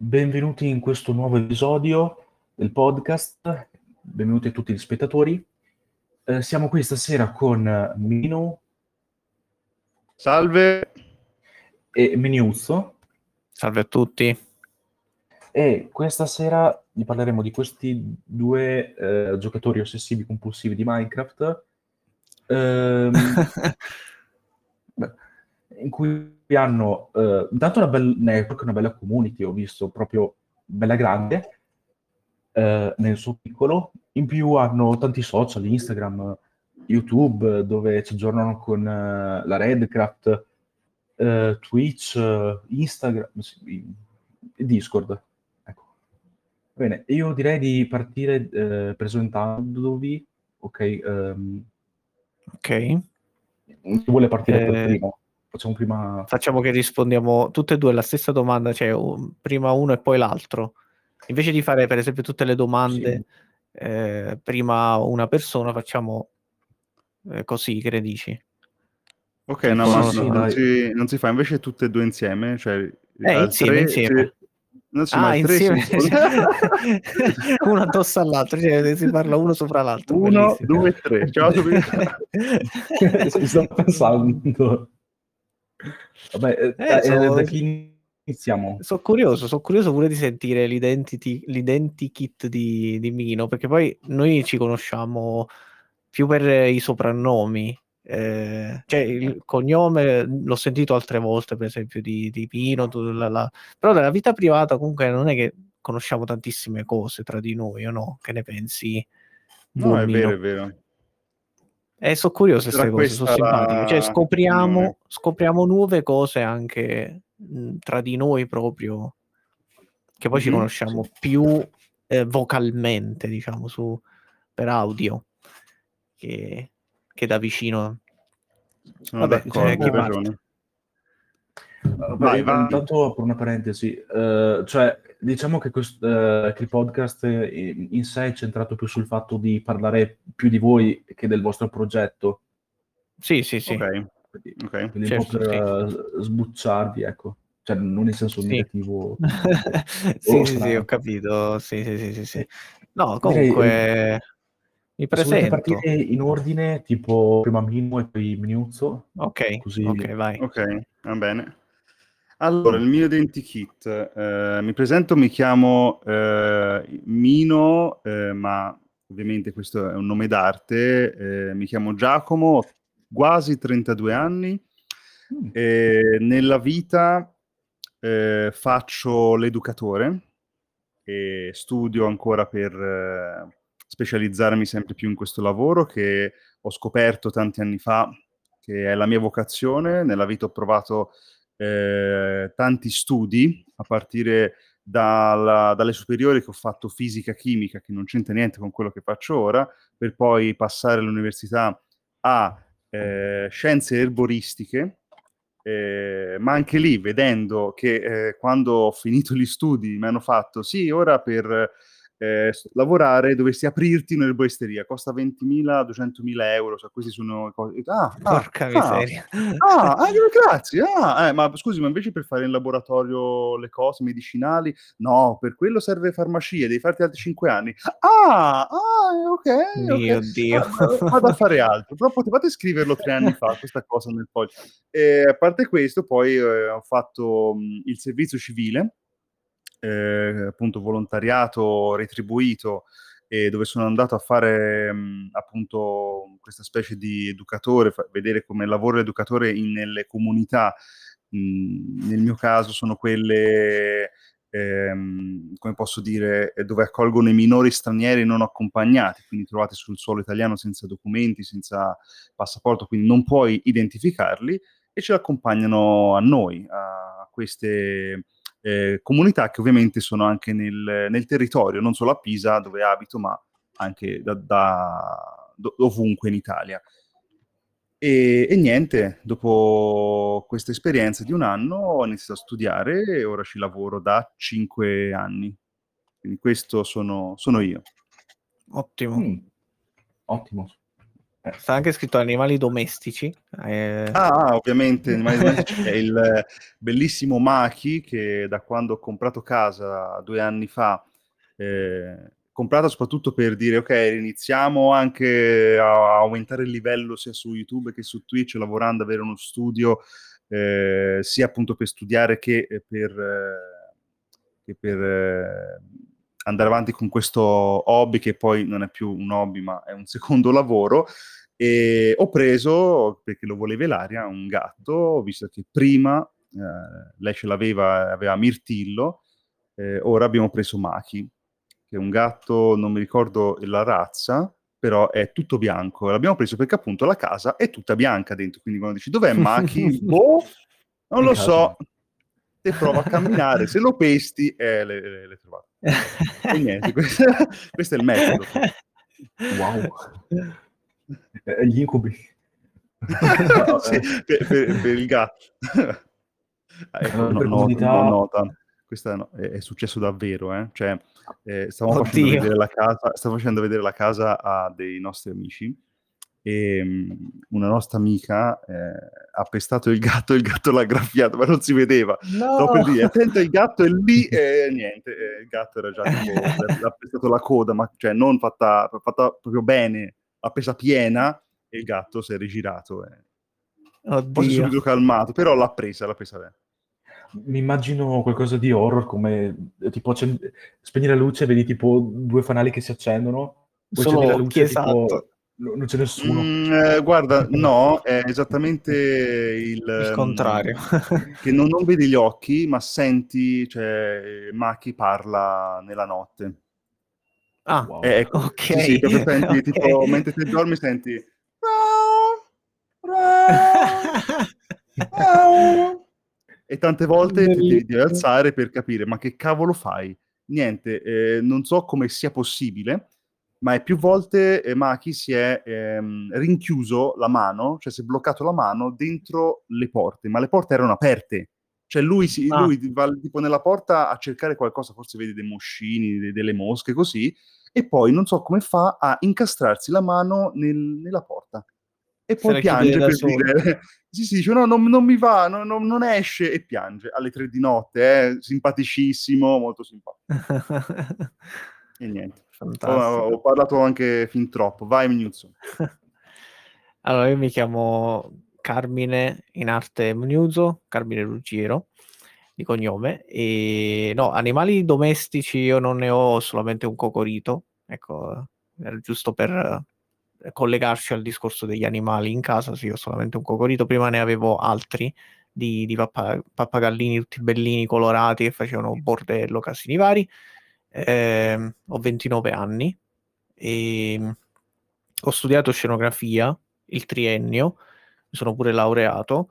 Benvenuti in questo nuovo episodio del podcast, benvenuti a tutti gli spettatori. Siamo qui stasera con Mino Salve. e Miniuzzo Salve a tutti. e questa sera vi parleremo di questi due giocatori ossessivi compulsivi di Minecraft beh, in cui hanno intanto una bella network, una bella community, ho visto proprio bella grande nel suo piccolo. In più hanno tanti social, Instagram, YouTube, dove ci aggiornano con la Redcraft, Twitch, Instagram, e Discord. Ecco. Bene, io direi di partire presentandovi. Ok, Ok. chi vuole partire per primo? Facciamo prima... Facciamo che rispondiamo tutte e due alla stessa domanda, cioè prima uno e poi l'altro. Invece di fare per esempio tutte le domande prima una persona, facciamo così, che ne dici? Ok, no, ma Sì, non si fa invece tutte e due insieme? Cioè, al insieme, 3, insieme. non si, ma al 3 insieme. si... Uno addosso all'altro, cioè si parla uno sopra l'altro. 1, 2, 3. Ciao, Si sta pensando. Vabbè, da chi iniziamo? Sono curioso pure di sentire l'identikit di Mino, perché poi noi ci conosciamo più per i soprannomi. Cioè il cognome l'ho sentito altre volte, per esempio di Mino, però nella vita privata comunque non è che conosciamo tantissime cose tra di noi, o no? Che ne pensi? No, è Mino? vero, è vero. Sono curioso queste Era cose, sono questa simpatiche. Cioè l'unione. scopriamo nuove cose anche tra di noi proprio, che poi ci conosciamo più vocalmente, diciamo, per audio che da vicino. Sono Vabbè, d'accordo, chi hai parte? ragione. Vai, Vai. intanto per una parentesi, cioè diciamo che, che il podcast in sé è centrato più sul fatto di parlare più di voi che del vostro progetto. Sì. Ok. Quindi Certo, un po' per sbucciarvi, ecco. Cioè non in senso sì. negativo. Sì, ho capito. Sì. No, Direi, comunque mi se volete presento. partire in ordine, tipo prima Mino e poi Miniuzzo, Ok, così... vai. Ok, va bene. Allora, il mio identikit, mi presento, mi chiamo Mino, ma ovviamente questo è un nome d'arte, mi chiamo Giacomo, ho quasi 32 anni, nella vita faccio l'educatore e studio ancora per specializzarmi sempre più in questo lavoro che ho scoperto tanti anni fa, che è la mia vocazione. Nella vita ho provato tanti studi, a partire dalle superiori, che ho fatto fisica chimica, che non c'entra niente con quello che faccio ora, per poi passare all'università a scienze erboristiche, ma anche lì, vedendo che quando ho finito gli studi mi hanno fatto sì, ora per lavorare dovresti aprirti un'erboristeria, costa 20.000, 200.000 euro, cioè questi sono cose... Porca miseria. Grazie. Ma scusi, ma invece per fare in laboratorio le cose medicinali, no, per quello serve farmacia, devi farti altri 5 anni. Ok. Mio Dio. Vado a fare altro, però potevate scriverlo 3 anni fa, questa cosa nel foglio. A parte questo, poi ho fatto il servizio civile, appunto volontariato retribuito, dove sono andato a fare appunto questa specie di educatore, vedere come lavora l'educatore nelle comunità. Nel mio caso sono quelle, come posso dire, dove accolgono i minori stranieri non accompagnati, quindi trovati sul suolo italiano senza documenti, senza passaporto, quindi non puoi identificarli, e ce l'accompagnano a noi, a queste comunità che ovviamente sono anche nel territorio, non solo a Pisa dove abito, ma anche ovunque in Italia. E niente, dopo questa esperienza di un anno ho iniziato a studiare e ora ci lavoro da 5 anni. Quindi questo sono io. Ottimo. Ottimo. Sta anche scritto animali domestici. Ovviamente animali domestici. È il bellissimo Maki che da quando ho comprato casa 2 anni fa, comprata soprattutto per dire ok, iniziamo anche a aumentare il livello sia su YouTube che su Twitch, lavorando, avere uno studio sia appunto per studiare che per andare avanti con questo hobby che poi non è più un hobby ma è un secondo lavoro. E ho preso, perché lo voleva Ilaria, un gatto, visto che prima lei ce l'aveva, aveva Mirtillo, ora abbiamo preso Maki, che è un gatto, non mi ricordo la razza, però è tutto bianco. L'abbiamo preso perché appunto la casa è tutta bianca dentro, quindi quando dici dov'è Maki? Boh, non In lo casa. so. Te prova a camminare, se lo pesti, le trovate. E niente, questo è il metodo. Wow. Gli incubi. Sì, per il gatto. Ecco, Per comodità. nota. Questo è successo davvero, eh? Cioè, stavo facendo Oddio. vedere la casa a dei nostri amici e una nostra amica ha pestato il gatto l'ha graffiato, ma non si vedeva. Stavo per No. dire, attento, il gatto è lì e niente, il gatto era già tipo, l'ha pestato la coda, ma cioè non fatta proprio bene, l'ha presa piena e il gatto si è rigirato. Poi si è Oddio. subito calmato, però l'ha presa bene. Mi immagino qualcosa di horror come tipo spegni la luce, vedi tipo 2 fanali che si accendono, poi Solo accendi la occhi, luce tipo esatto. non c'è nessuno. Guarda, no, è esattamente Il contrario. che non vedi gli occhi, ma senti, cioè, Maki parla nella notte. Ah, Wow. ok. Sì, proprio senti, Ok. tipo, mentre te dormi senti... E tante volte ti devi alzare per capire, ma che cavolo fai? Niente, non so come sia possibile, ma più volte Maki si è rinchiuso la mano, cioè si è bloccato la mano dentro le porte, ma le porte erano aperte. Cioè lui va tipo nella porta a cercare qualcosa, forse vede dei moscini, delle mosche, così, e poi non so come fa a incastrarsi la mano nella porta. E Se poi la chiude piange da per solo. dire, sì, dice no, non mi va, non esce, e piange alle 3 di notte, simpaticissimo, molto simpatico. E niente, Fantastico. ho parlato anche fin troppo, vai Mnuzzo. Allora, io mi chiamo Carmine, in arte Mnuzo, Carmine Ruggiero, di cognome, e no, animali domestici io non ne ho, solamente un cocorito, ecco, era giusto per collegarci al discorso degli animali in casa, sì, ho solamente un cocorito, prima ne avevo altri, di pappagallini tutti bellini, colorati, che facevano bordello, casini vari. Ho 29 anni e ho studiato scenografia il triennio, mi sono pure laureato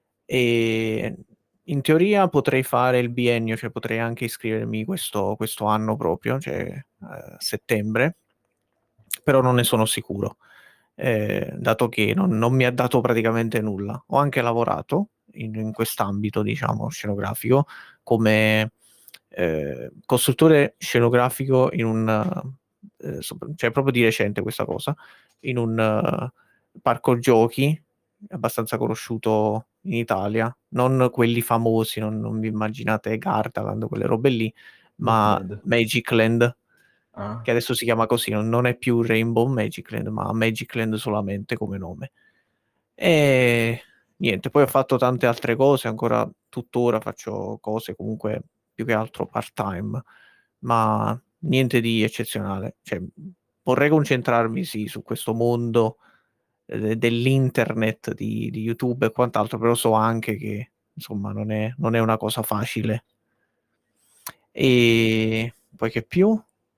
e in teoria potrei fare il biennio, cioè potrei anche iscrivermi questo anno proprio, cioè settembre, però non ne sono sicuro, dato che non mi ha dato praticamente nulla. Ho anche lavorato in quest'ambito, diciamo, scenografico, come costruttore scenografico in un cioè proprio di recente questa cosa, in un parco giochi abbastanza conosciuto in Italia, non quelli famosi, non vi immaginate Gardaland, quelle robe lì, ma Disneyland. Magicland, Ah. che adesso si chiama così, non è più Rainbow Magicland, ma Magicland solamente come nome. E niente, poi ho fatto tante altre cose, ancora tuttora faccio cose comunque più che altro part-time, ma niente di eccezionale. Cioè, vorrei concentrarmi, sì, su questo mondo dell'internet, di YouTube e quant'altro, però so anche che, insomma, non è una cosa facile. E poi che più?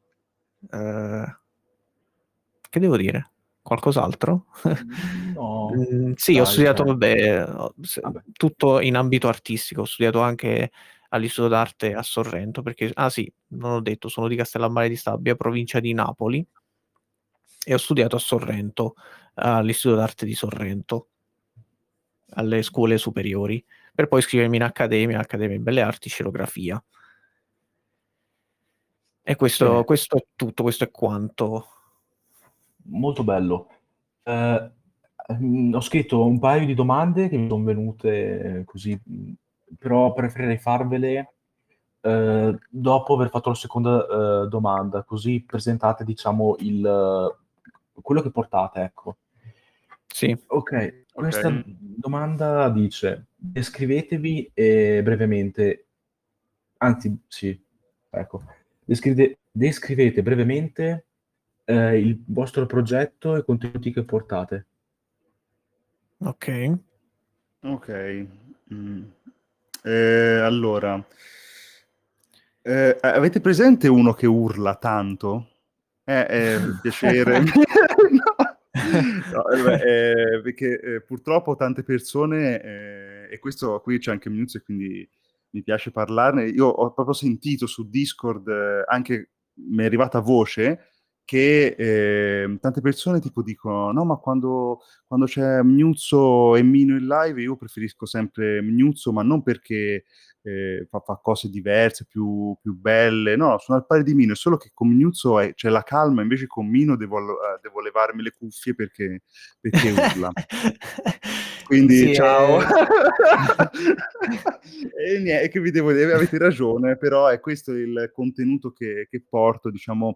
Che devo dire? Qualcos'altro? No, Sì, ho dai, studiato, cioè, vabbè, vabbè. tutto in ambito artistico. Ho studiato anche all'Istituto d'Arte a Sorrento, perché, sì, non ho detto, sono di Castellammare di Stabia, provincia di Napoli, e ho studiato a Sorrento, all'Istituto d'Arte di Sorrento, alle scuole superiori, per poi iscrivermi in Accademia di Belle Arti, scenografia. E questo Bene, è tutto, questo è quanto. molto bello. Ho scritto un paio di domande che mi sono venute così, però preferirei farvele dopo aver fatto la seconda domanda, così presentate, diciamo, quello che portate, ecco. Sì. Ok, questa Ok. domanda dice, descrivetevi brevemente, anzi, sì, ecco, descrivete brevemente il vostro progetto e i contenuti che portate. Ok. Ok. Mm. Allora, avete presente uno che urla tanto? Piacere. No. No, perché purtroppo tante persone, e questo qui c'è anche Minuzio e quindi mi piace parlarne, io ho proprio sentito su Discord, anche mi è arrivata voce, che tante persone tipo dicono, no ma quando c'è Minuzzo e Mino in live io preferisco sempre Minuzzo, ma non perché fa cose diverse, più belle. No, sono al pari di Mino, è solo che con Minuzzo c'è la calma, invece con Mino devo levarmi le cuffie perché urla. Quindi, Sì, ciao. E niente, che vi devo dire, avete ragione, però è questo il contenuto che porto, diciamo,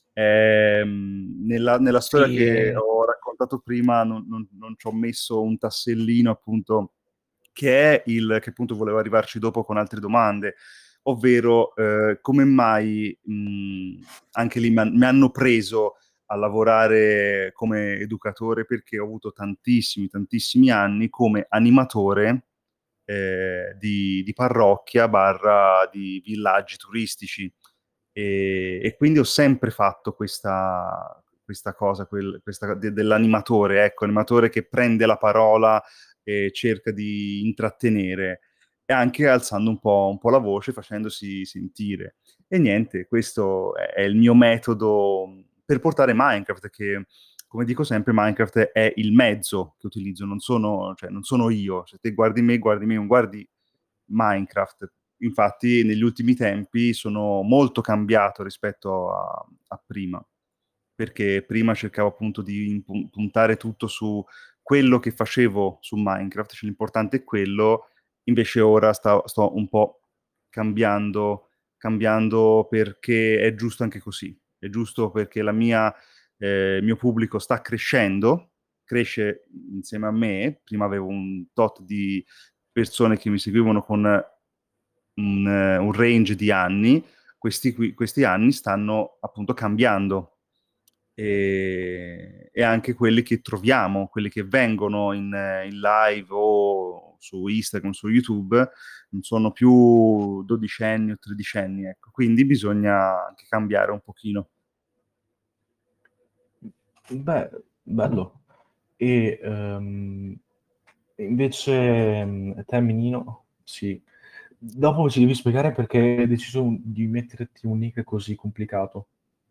nella storia sì, che ho raccontato prima, non ci ho messo un tassellino, appunto, che appunto volevo arrivarci dopo con altre domande, ovvero come mai anche lì mi hanno preso a lavorare come educatore, perché ho avuto tantissimi anni come animatore di parrocchia barra di villaggi turistici, e quindi ho sempre fatto questa cosa, dell'animatore, ecco, animatore che prende la parola e cerca di intrattenere, e anche alzando un po' la voce, facendosi sentire. E niente, questo è il mio metodo per portare Minecraft, che, come dico sempre, Minecraft è il mezzo che utilizzo, non sono io. Se te guardi me, non guardi Minecraft. Infatti, negli ultimi tempi sono molto cambiato rispetto a prima, perché prima cercavo appunto di puntare tutto su quello che facevo su Minecraft, cioè l'importante è quello, invece ora sto un po' cambiando perché è giusto anche così, è giusto perché il mio pubblico sta crescendo, cresce insieme a me. Prima avevo un tot di persone che mi seguivano con un range di anni. Questi anni stanno appunto cambiando, e anche quelli che troviamo, quelli che vengono in live o su Instagram, su YouTube, non sono più dodicenni o tredicenni, ecco. Quindi bisogna anche cambiare un pochino. Beh, bello. E invece te, Menino, sì. Dopo ci devi spiegare perché hai deciso di metterti un nick così complicato.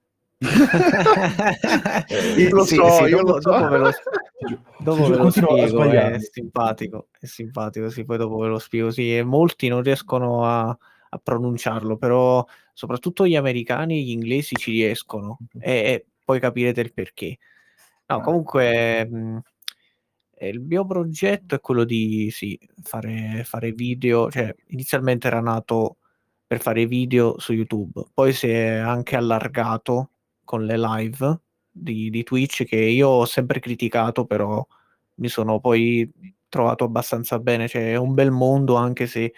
Sì, sì, Io lo so. Ti dopo ve giuro, lo continuo a spiego, sbagliarmi. è simpatico, sì, poi dopo ve lo spiego, sì, e molti non riescono a pronunciarlo, però soprattutto gli americani e gli inglesi ci riescono, e poi capirete il perché. No, comunque, il mio progetto è quello di, sì, fare video, cioè inizialmente era nato per fare video su YouTube, poi si è anche allargato con le live di Twitch, che io ho sempre criticato, però mi sono poi trovato abbastanza bene, cioè è un bel mondo, anche se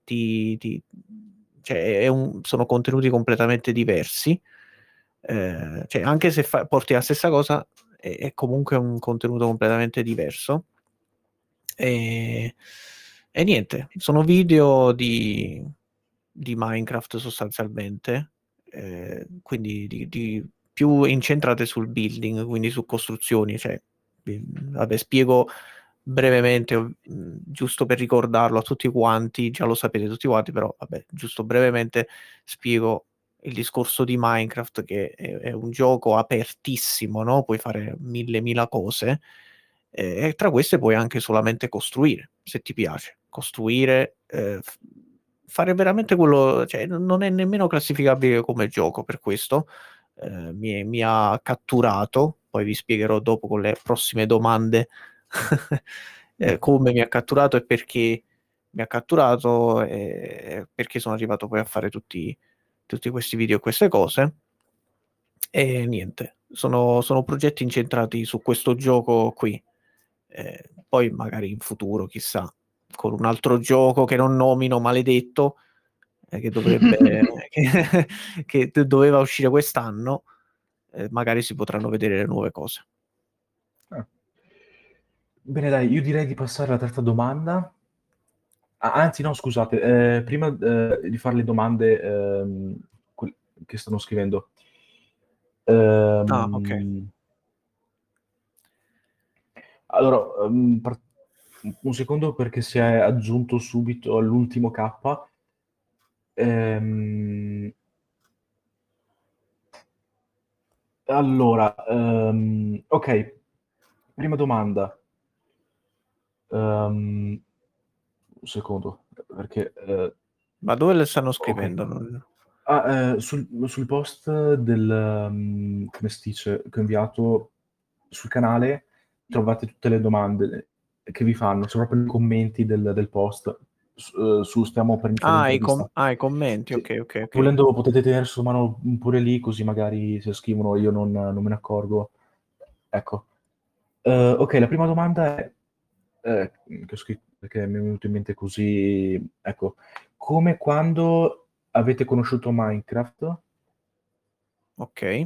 cioè sono contenuti completamente diversi, cioè anche se porti la stessa cosa è comunque un contenuto completamente diverso, e, e niente, sono video di Minecraft sostanzialmente, quindi più incentrate sul building, quindi su costruzioni, cioè, vabbè, spiego brevemente, giusto per ricordarlo a tutti quanti, già lo sapete tutti quanti, però vabbè, giusto brevemente spiego il discorso di Minecraft, che è un gioco apertissimo, no? Puoi fare mille cose, e tra queste puoi anche solamente costruire, se ti piace. Costruire, fare veramente quello, cioè non è nemmeno classificabile come gioco, per questo mi ha catturato, poi vi spiegherò dopo con le prossime domande come mi ha catturato e perché mi ha catturato e perché sono arrivato poi a fare tutti questi video e queste cose. E niente, sono progetti incentrati su questo gioco qui. Poi magari in futuro, chissà, con un altro gioco che non nomino, maledetto, che dovrebbe che doveva uscire quest'anno, magari si potranno vedere le nuove cose. Bene, dai, io direi di passare alla terza domanda. Anzi, no, scusate, prima di fare le domande che stanno scrivendo. Ok. Allora, un secondo perché si è aggiunto subito all'ultimo K. Allora, ok, prima domanda. Un secondo, perché... Ma dove le stanno ok. scrivendo? Sul post come si dice, che ho inviato sul canale, trovate tutte le domande che vi fanno, sono proprio nei commenti del post. Stiamo per iniziare l'intervista. I commenti, Sì. ok. Volendo potete tenere su mano pure lì, così magari se scrivono io non me ne accorgo. Ecco. Ok, la prima domanda è, che ho scritto perché mi è venuto in mente così, ecco, come quando avete conosciuto Minecraft? Ok.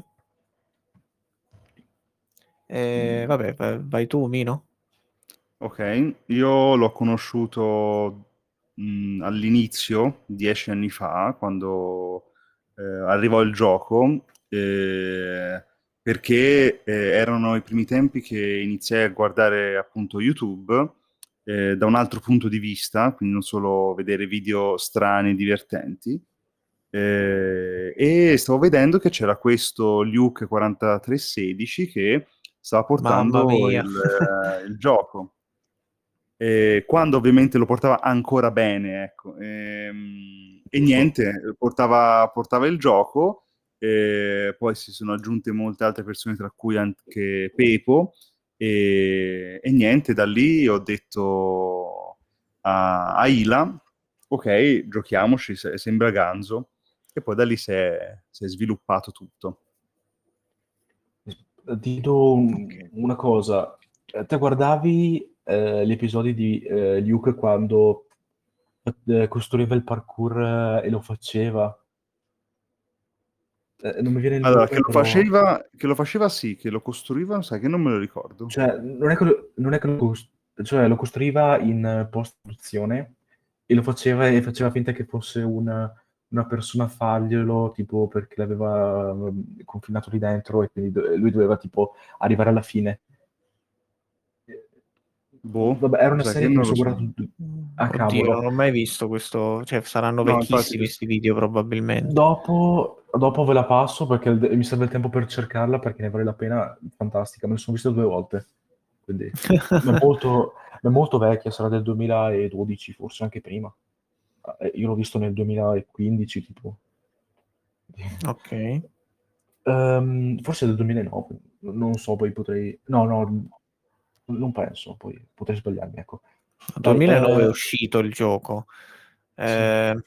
Vabbè, vai tu, Mino. Ok, io l'ho conosciuto all'inizio, 10 anni fa, quando arrivò il gioco, perché erano i primi tempi che iniziai a guardare appunto YouTube da un altro punto di vista, quindi non solo vedere video strani, divertenti. E stavo vedendo che c'era questo Luke 4316 che stava Mamma portando mia. il gioco. Quando ovviamente lo portava ancora bene, ecco. E niente, portava il gioco, poi si sono aggiunte molte altre persone, tra cui anche Pepo, e niente, da lì ho detto a Ila, ok, giochiamoci, sembra ganzo, e poi da lì si è sviluppato tutto. Ti dico una cosa, te guardavi gli episodi di Luke quando costruiva il parkour e lo faceva? Non mi viene il Allora, nome, però... che lo faceva sì, che lo costruiva, sai che non me lo ricordo. Cioè, non è che lo costruiva in post-produzione e lo faceva e faceva finta che fosse una persona a farglielo, tipo perché l'aveva confinato lì dentro e quindi lui doveva tipo arrivare alla fine. Boh, Vabbè, era una sai che serie che mi non lo sono so. guardato... Ah, Oddio, non cavolo. ho mai visto questo, cioè saranno No, infatti, vecchissimi questi video probabilmente. Dopo ve la passo perché mi serve il tempo per cercarla perché ne vale la pena, fantastica. Me la sono vista 2 volte, quindi ma è molto vecchia, sarà del 2012, forse anche prima. Io l'ho visto nel 2015, tipo. Ok. Forse del 2009, non so, poi potrei... No, non penso, poi potrei sbagliarmi, ecco. Nel Dai, 2009 è uscito il gioco. sì.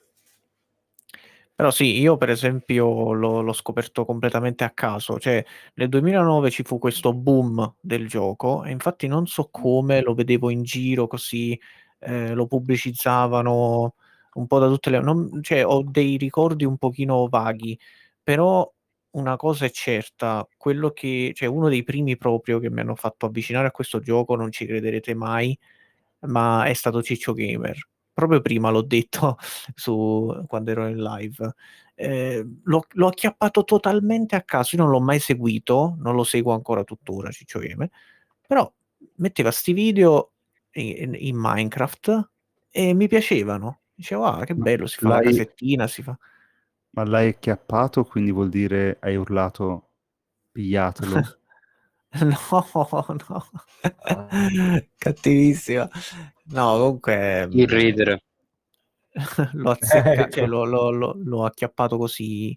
Però sì, io per esempio l'ho scoperto completamente a caso, cioè nel 2009 ci fu questo boom del gioco e infatti non so come lo vedevo in giro così, lo pubblicizzavano un po' da tutte le... cioè ho dei ricordi un pochino vaghi, però una cosa è certa, quello che, cioè uno dei primi proprio che mi hanno fatto avvicinare a questo gioco, non ci crederete mai, ma è stato Ciccio Gamer. Proprio prima l'ho detto quando ero in live. L'ho acchiappato totalmente a caso. Io non l'ho mai seguito, non lo seguo ancora tuttora, Ciccio Gamer, però metteva sti video in Minecraft e mi piacevano. Dicevo, ah, che Ma bello, si fa la l'hai casettina, si fa... ma l'hai acchiappato, quindi vuol dire hai urlato pigliatelo. No, no, Ah, cattivissima. No, comunque Il ridere. l'ho azzeccato, cioè ecco. l'ho acchiappato così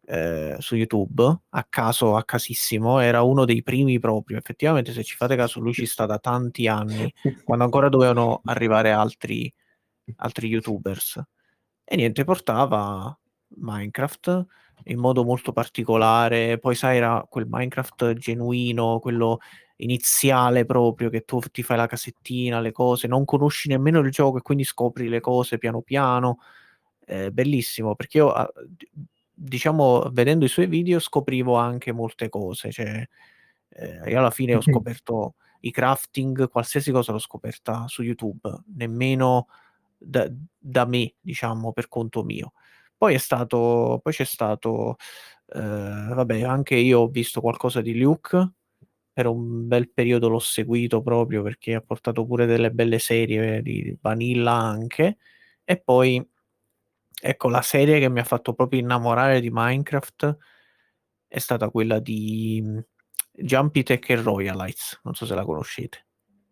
su YouTube, a caso, a casissimo, era uno dei primi proprio. Effettivamente, se ci fate caso, lui ci sta da tanti anni, quando ancora dovevano arrivare altri YouTubers. E niente, portava Minecraft in modo molto particolare. Poi, sai, era quel Minecraft genuino, quello iniziale proprio, che tu ti fai la casettina, le cose, non conosci nemmeno il gioco e quindi scopri le cose piano piano. Bellissimo, perché io, diciamo, vedendo i suoi video scoprivo anche molte cose. Cioè, io alla fine ho scoperto i crafting, qualsiasi cosa l'ho scoperta su YouTube, nemmeno da me, diciamo, per conto mio. Poi c'è stato, vabbè, anche io ho visto qualcosa di Luke, per un bel periodo l'ho seguito proprio perché ha portato pure delle belle serie di Vanilla anche. E poi, ecco, la serie che mi ha fatto proprio innamorare di Minecraft è stata quella di Jumpy Tech e Royalites, non so se la conoscete.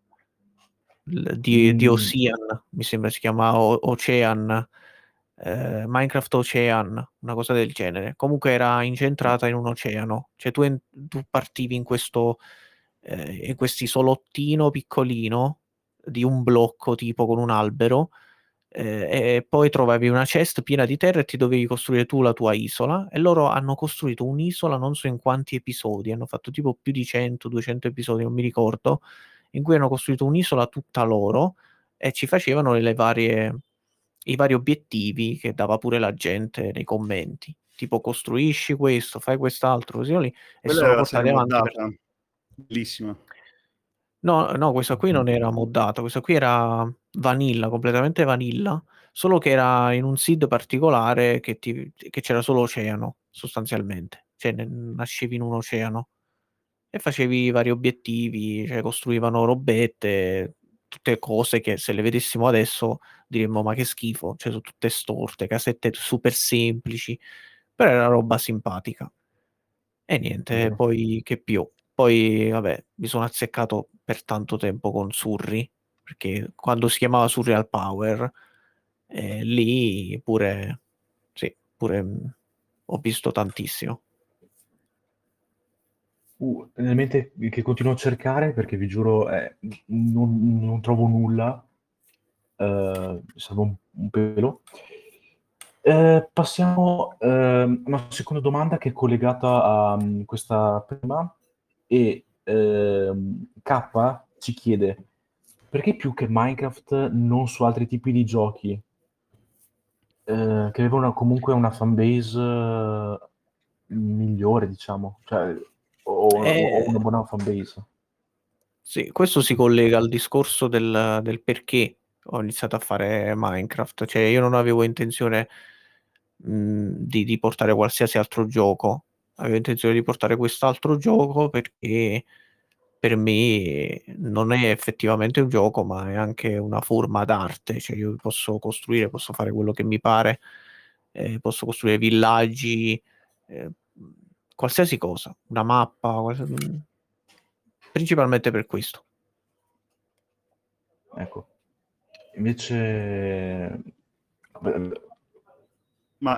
Di Ocean, mi sembra si chiama Ocean, Minecraft Ocean, una cosa del genere. Comunque era incentrata in un oceano, cioè tu partivi in questo isolottino piccolino di un blocco tipo con un albero, e poi trovavi una chest piena di terra e ti dovevi costruire tu la tua isola, e loro hanno costruito un'isola non so in quanti episodi, hanno fatto tipo più di 100-200 episodi, non mi ricordo, in cui hanno costruito un'isola tutta loro e ci facevano i vari obiettivi che dava pure la gente nei commenti, tipo costruisci questo, fai quest'altro, così lì, e Quella sono era la serie portati avanti per... moddata, bellissima. No, no, questa qui non era moddata, questa qui era vanilla, completamente vanilla, solo che era in un seed particolare che c'era solo oceano, sostanzialmente. Cioè, nascevi in un oceano e facevi vari obiettivi, cioè costruivano robette, tutte cose che se le vedessimo adesso diremmo ma che schifo, cioè sono tutte storte, casette super semplici, però era roba simpatica. E niente, Vero. poi che più. Poi, vabbè, mi sono azzeccato per tanto tempo con Surri, perché quando si chiamava Surreal Power, lì pure, sì, pure ho visto tantissimo. Nella mente che continuo a cercare perché vi giuro non trovo nulla, serve un pelo. Passiamo a una seconda domanda che è collegata a questa prima e K ci chiede perché più che Minecraft non su altri tipi di giochi che avevano comunque una fanbase migliore, diciamo, cioè, o una Eh, buona fanbase. sì, questo si collega al discorso del perché ho iniziato a fare Minecraft. Cioè, io non avevo intenzione di portare qualsiasi altro gioco, avevo intenzione di portare quest'altro gioco perché per me non è effettivamente un gioco, ma è anche una forma d'arte. Cioè, io posso costruire, posso fare quello che mi pare, posso costruire villaggi, eh, qualsiasi cosa, una mappa, principalmente per questo. Ecco. Invece, beh, Ma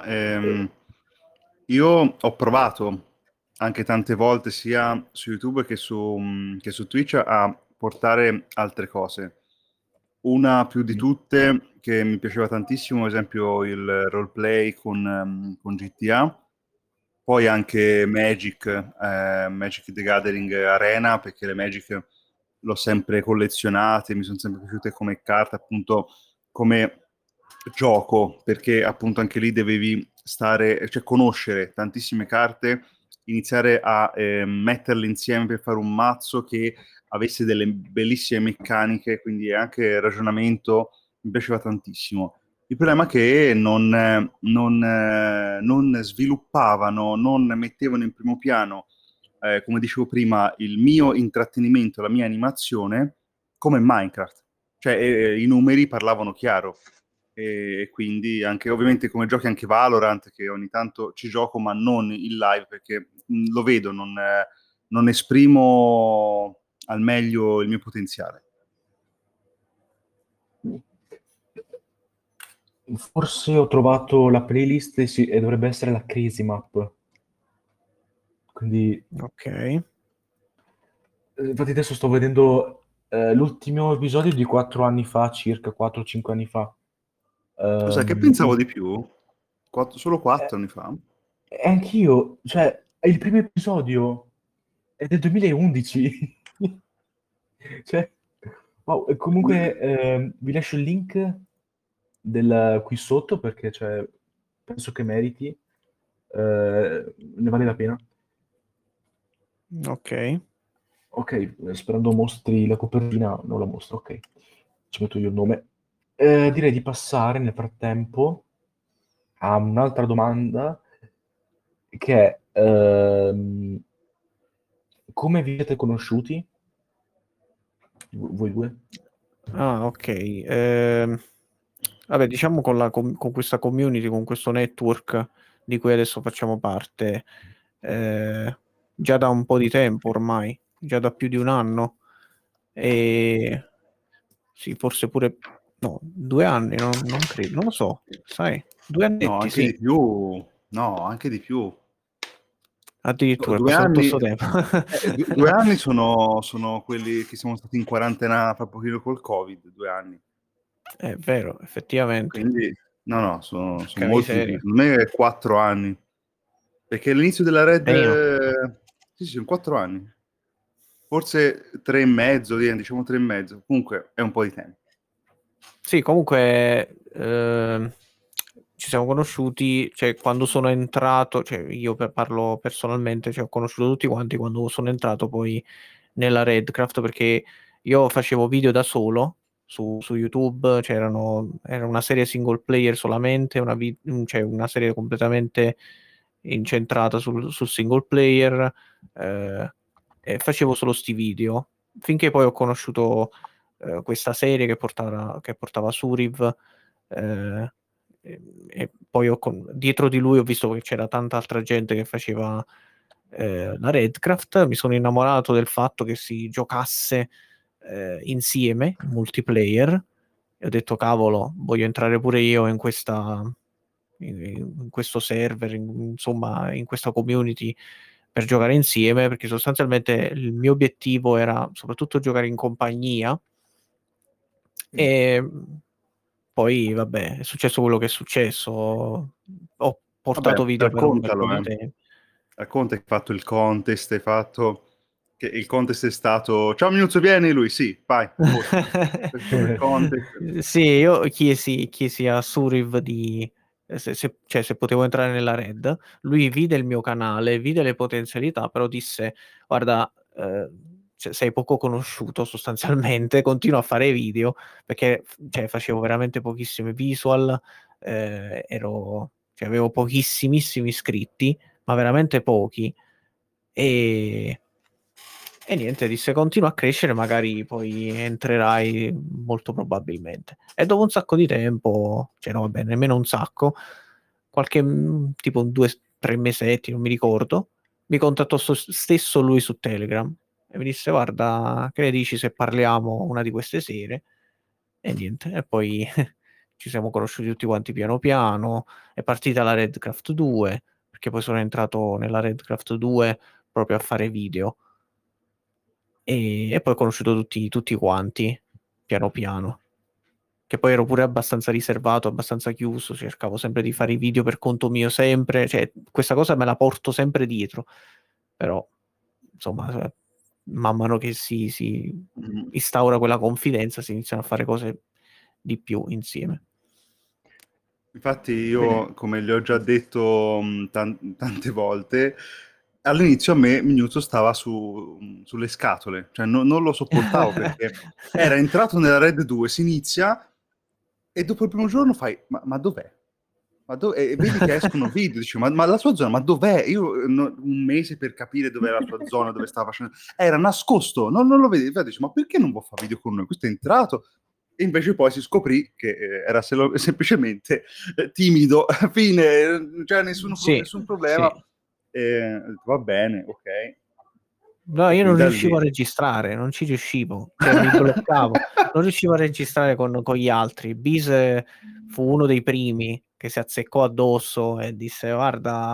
io ho provato anche tante volte, sia su YouTube che su Twitch, a portare altre cose. Una più di tutte che mi piaceva tantissimo, ad esempio il roleplay con GTA, poi anche Magic, Magic the Gathering Arena, perché le Magic l'ho sempre collezionate, mi sono sempre piaciute come carte, appunto come gioco, perché appunto anche lì dovevi stare, cioè conoscere tantissime carte, iniziare a metterle insieme per fare un mazzo che avesse delle bellissime meccaniche, quindi anche il ragionamento mi piaceva tantissimo. Il problema è che non sviluppavano, non mettevano in primo piano, come dicevo prima, il mio intrattenimento, la mia animazione, come Minecraft. Cioè, i numeri parlavano chiaro. E quindi anche, ovviamente, come giochi anche Valorant, che ogni tanto ci gioco, ma non in live, perché lo vedo, non esprimo al meglio il mio potenziale. forse ho trovato la playlist e dovrebbe essere la Crazy Map. Quindi, Ok. infatti adesso sto vedendo l'ultimo episodio di 4 anni fa, circa 4-5 anni fa. Sai che pensavo Eh, di più? Solo 4 anni fa? e anch'io, cioè, il primo episodio è del 2011. Cioè, wow, e comunque vi lascio il link qui sotto perché cioè, penso che meriti, ne vale la pena. Ok. Ok, sperando mostri la copertina, non la mostro, ok. Ci metto io il nome. Direi di passare nel frattempo a un'altra domanda che è come vi siete conosciuti? Voi due? Ah, ok. Vabbè, diciamo con questa community, con questo network di cui adesso facciamo parte, già da un po' di tempo ormai, già da più di un anno, e sì, forse pure, no, 2 anni, non credo, non lo so, sai, 2 annetti, No, anche sì, di più. No, anche di più. No, addirittura è due passato tutto anni, questo tempo. 2 anni sono quelli che siamo stati in quarantena fra pochino col Covid, 2 anni. È vero, effettivamente, Quindi, no, sono che molti di più. miseria. Secondo me è 4 anni. Perché all'inizio della Red... Meno. sì, sono 4 anni. Forse 3 e mezzo, diciamo 3 e mezzo. Comunque è un po' di tempo. Sì, comunque ci siamo conosciuti, cioè quando sono entrato, cioè io parlo personalmente, cioè ho conosciuto tutti quanti quando sono entrato poi nella Redcraft perché io facevo video da solo su YouTube, era una serie single player solamente, cioè una serie completamente incentrata sul single player, e facevo solo sti video, finché poi ho conosciuto questa serie che portava Suriv, e poi dietro di lui ho visto che c'era tanta altra gente che faceva la Redcraft, mi sono innamorato del fatto che si giocasse insieme in multiplayer e ho detto cavolo, voglio entrare pure io in questo server, insomma in questa community per giocare insieme, perché sostanzialmente il mio obiettivo era soprattutto giocare in compagnia. E poi vabbè, è successo quello che è successo. Ho Vabbè, portato video per un bel po' raccontalo, di tempo. Racconta che hai fatto il contest, hai fatto... Che il contest è stato... Ciao Minuzzo, vieni lui? Sì, vai, vota. Questo è il contest. Sì, io chiesi a Suriv cioè, se potevo entrare nella Red. Lui vide il mio canale, vide le potenzialità, però disse: Guarda, cioè, sei poco conosciuto sostanzialmente, continua a fare video perché cioè, facevo veramente pochissime visual, cioè, avevo pochissimissimi iscritti, ma veramente pochi. E, e niente, disse continua a crescere, magari poi entrerai molto probabilmente. E dopo un sacco di tempo, cioè no, vabbè, nemmeno un sacco, tipo 2 o 3 mesetti, non mi ricordo, mi contattò stesso lui su Telegram e mi disse guarda, che ne dici se parliamo una di queste sere? E niente, e poi ci siamo conosciuti tutti quanti piano piano, è partita la Redcraft 2, perché poi sono entrato nella Redcraft 2 proprio a fare video e poi ho conosciuto tutti quanti, piano piano. Che poi ero pure abbastanza riservato, abbastanza chiuso, cercavo sempre di fare i video per conto mio, sempre, cioè questa cosa me la porto sempre dietro, però insomma, man mano che si Mm. instaura quella confidenza, si iniziano a fare cose di più insieme. Infatti io, come gli ho già detto tante volte, all'inizio a me Minuzzo stava sulle scatole, cioè non lo sopportavo perché era entrato nella Red 2, si inizia e dopo il primo giorno fai, ma dov'è? E vedi che escono video, dici, ma la sua zona, ma dov'è? Io un mese per capire dov'era la sua zona, dove stava facendo... Era nascosto, non lo vedi. Dici, ma perché non può fare video con noi? Questo è entrato. E invece poi si scoprì che era semplicemente timido, fine, cioè nessun Sì, problema. sì. Va bene, ok. No, E io non quindi da riuscivo lì... a registrare, non ci riuscivo, cioè mi bloccavo, non riuscivo a registrare con gli altri. Bis fu uno dei primi che si azzeccò addosso e disse: Guarda,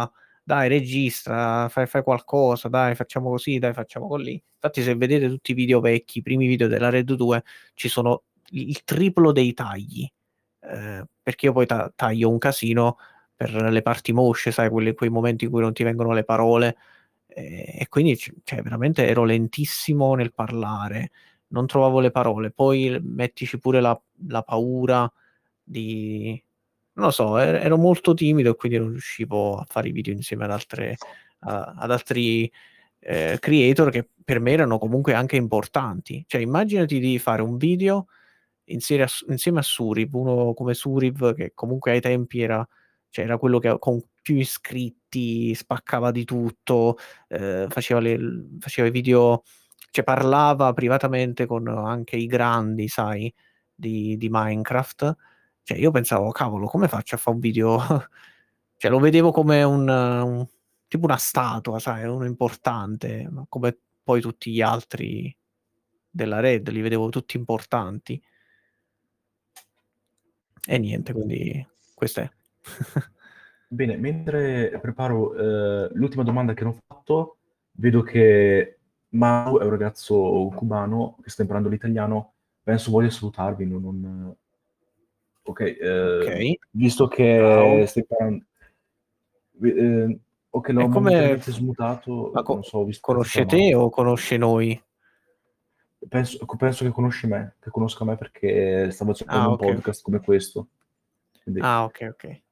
dai, registra, fai qualcosa, dai, facciamo così, dai, facciamo così. Infatti, se vedete tutti i video vecchi, i primi video della Red 2, ci sono il triplo dei tagli. Perché io poi taglio un casino per le parti mosce, sai, quei momenti in cui non ti vengono le parole. E quindi, cioè, veramente ero lentissimo nel parlare, non trovavo le parole. Poi mettici pure la paura di... Non lo so, ero molto timido e quindi non riuscivo a fare i video insieme ad altri creator che per me erano comunque anche importanti. Cioè, immaginati di fare un video insieme a Surib, uno come Surib che comunque ai tempi era quello che con più iscritti spaccava di tutto, faceva i video, cioè parlava privatamente con anche i grandi, sai, di Minecraft. Cioè io pensavo, cavolo, come faccio a fare un video? Cioè lo vedevo come tipo una statua, sai, uno importante, ma come poi tutti gli altri della Red, li vedevo tutti importanti. E niente, quindi questo è. Bene, mentre preparo l'ultima domanda che non ho fatto, vedo che Mauro è un ragazzo cubano che sta imparando l'italiano, penso voglia salutarvi. Ok, Ok. visto che Ciao. stai imparando... ok, E l'ho come momentaneamente smutato, ma non so, ho visto che conosce stava... te o conosce noi? Penso che conosci me, che conosca me perché stavo cercando Ah, un ok, ok. podcast come questo. Quindi, Ah, ok, ok.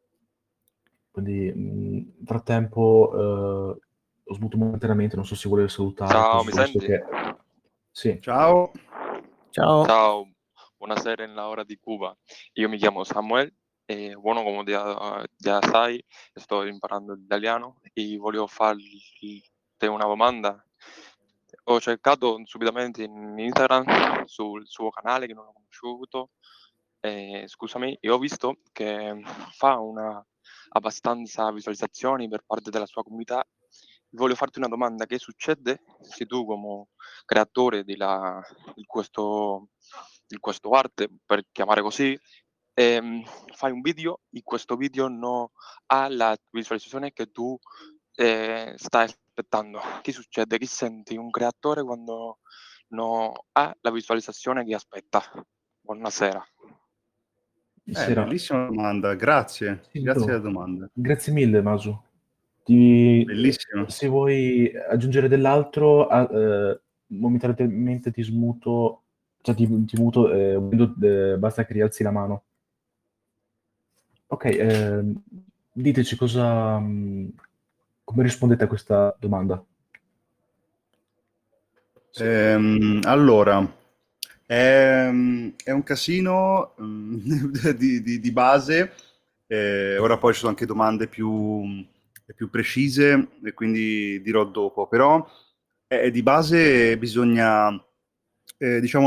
nel frattempo ho smuto momentaneamente, non so se volevo salutare, Ciao, così, mi visto senti? che... Sì, Ciao. Ciao. Ciao, buonasera en la hora di Cuba. Io mi chiamo Samuel e buono come già sai, sto imparando l'italiano e volevo farti una domanda. Ho cercato subitamente in Instagram sul suo canale che non ho conosciuto, scusami, e ho visto che fa abbastanza visualizzazioni per parte della sua comunità. Voglio farti una domanda: che succede se tu come creatore di questo arte, per chiamare così, fai un video e questo video non ha la visualizzazione che tu stai aspettando? Che succede? Che senti un creatore quando non ha la visualizzazione che aspetta? Buonasera. sera. Bellissima domanda, grazie. Sì, Grazie no. della domanda. Grazie mille, Masu. Bellissimo. Se vuoi aggiungere dell'altro, momentaneamente ti smuto, cioè ti muto, basta che rialzi la mano. Ok, diteci come rispondete a questa domanda. Allora, è un casino di base, ora poi ci sono anche domande più precise e quindi dirò dopo, però di base bisogna, diciamo,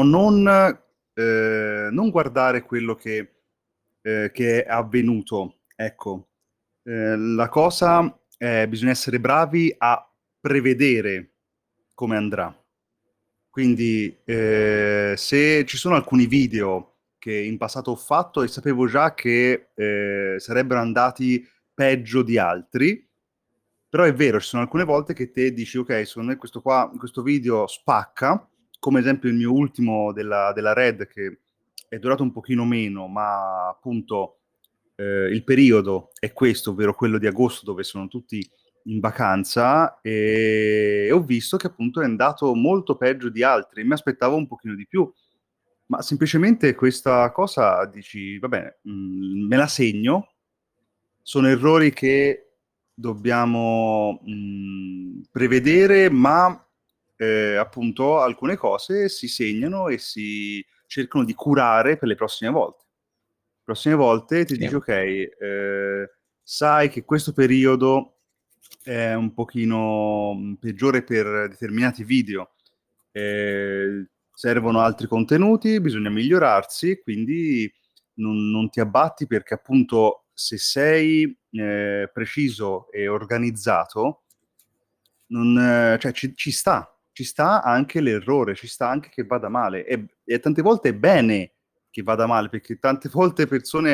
non guardare quello che è avvenuto, ecco. La cosa è bisogna essere bravi a prevedere come andrà. Quindi se ci sono alcuni video che in passato ho fatto e sapevo già che sarebbero andati peggio di altri, però è vero, ci sono alcune volte che te dici ok, secondo me questo video spacca, come esempio il mio ultimo della Red che è durato un pochino meno, ma appunto il periodo è questo, ovvero quello di agosto dove sono tutti in vacanza e ho visto che appunto è andato molto peggio di altri, mi aspettavo un pochino di più, ma semplicemente questa cosa dici, va bene, me la segno, sono errori che dobbiamo prevedere, ma appunto alcune cose si segnano e si cercano di curare per le prossime volte. Le prossime volte ti Sì. dici ok, sai che questo periodo è un pochino peggiore per determinati video, servono altri contenuti, bisogna migliorarsi, quindi non ti abbatti perché appunto se sei preciso e organizzato, cioè ci sta anche l'errore, ci sta anche che vada male e tante volte è bene che vada male perché tante volte persone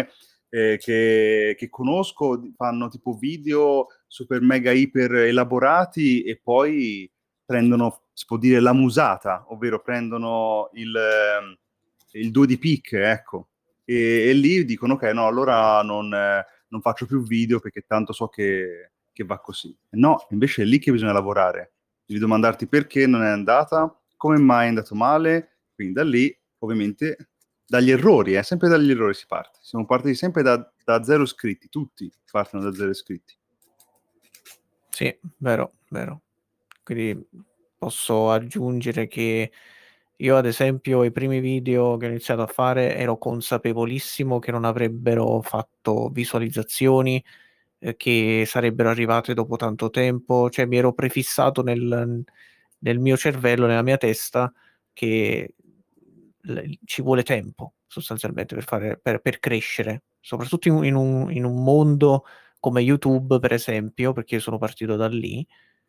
che conosco, fanno tipo video super mega iper elaborati e poi prendono, si può dire, la musata, ovvero prendono il 2 di picche, ecco, e lì dicono ok, no, allora non faccio più video perché tanto so che va così. No, invece è lì che bisogna lavorare. Devi domandarti perché non è andata, come mai è andato male, quindi da lì, ovviamente, dagli errori, sempre dagli errori si parte. Siamo partiti sempre da zero iscritti, tutti partono da zero iscritti. Sì, vero. Quindi posso aggiungere che io, ad esempio, i primi video che ho iniziato a fare ero consapevolissimo che non avrebbero fatto visualizzazioni, che sarebbero arrivate dopo tanto tempo, cioè mi ero prefissato nel mio cervello, nella mia testa, che ci vuole tempo sostanzialmente per crescere, soprattutto in un mondo come YouTube, per esempio, perché io sono partito da lì,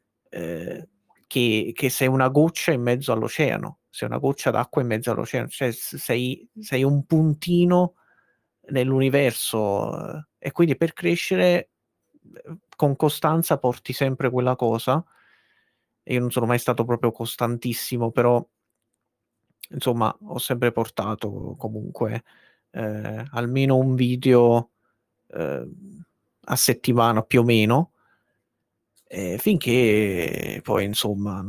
che sei una goccia in mezzo all'oceano, sei una goccia d'acqua in mezzo all'oceano, cioè sei un puntino nell'universo, e quindi per crescere con costanza porti sempre quella cosa. Io non sono mai stato proprio costantissimo, però insomma ho sempre portato comunque almeno un video a settimana più o meno, finché poi insomma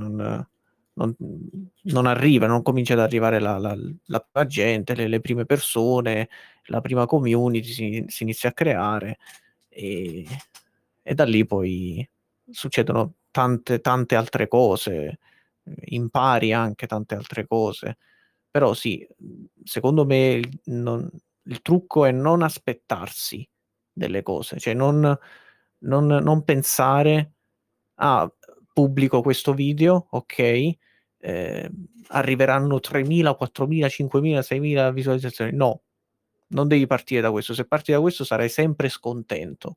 non arriva, non comincia ad arrivare la prima gente, le prime persone, la prima community si inizia a creare, e da lì poi succedono tante altre cose, impari anche tante altre cose. Però sì, secondo me il trucco è non aspettarsi delle cose, cioè non pensare: "Ah, pubblico questo video, okay, arriveranno 3.000, 4.000, 5.000, 6.000 visualizzazioni". No, non devi partire da questo. Se parti da questo sarai sempre scontento.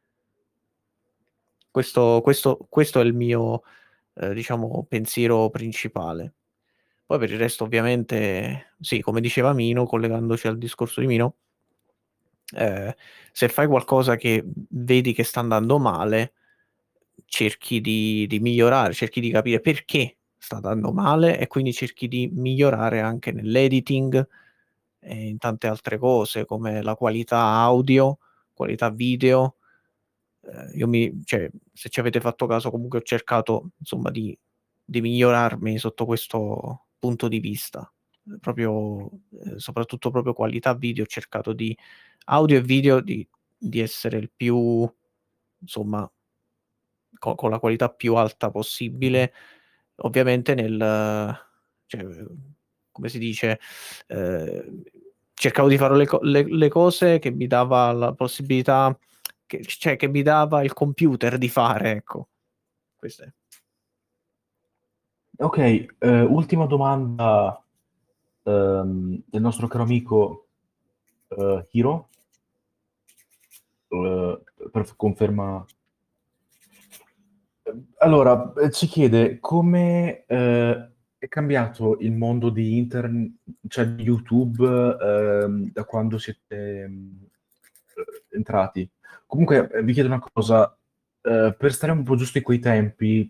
Questo è il mio, diciamo, pensiero principale. Poi per il resto ovviamente sì, come diceva Mino, collegandoci al discorso di Mino, se fai qualcosa che vedi che sta andando male, cerchi di migliorare, cerchi di capire perché sta andando male e quindi cerchi di migliorare anche nell'editing e in tante altre cose come la qualità audio, qualità video. Cioè, se ci avete fatto caso, comunque ho cercato insomma di migliorarmi sotto questo punto di vista. Proprio, soprattutto proprio qualità video, ho cercato di audio e video di essere il più, insomma, con la qualità più alta possibile, ovviamente cioè, come si dice, cercavo di fare le cose che mi dava la possibilità, che mi dava il computer di fare, ecco. Questo è. Ok, ultima domanda del nostro caro amico Hiro, per conferma. Allora, ci chiede come è cambiato il mondo di internet, cioè di YouTube, da quando siete entrati. Comunque, vi chiedo una cosa, per stare un po' giusti coi tempi,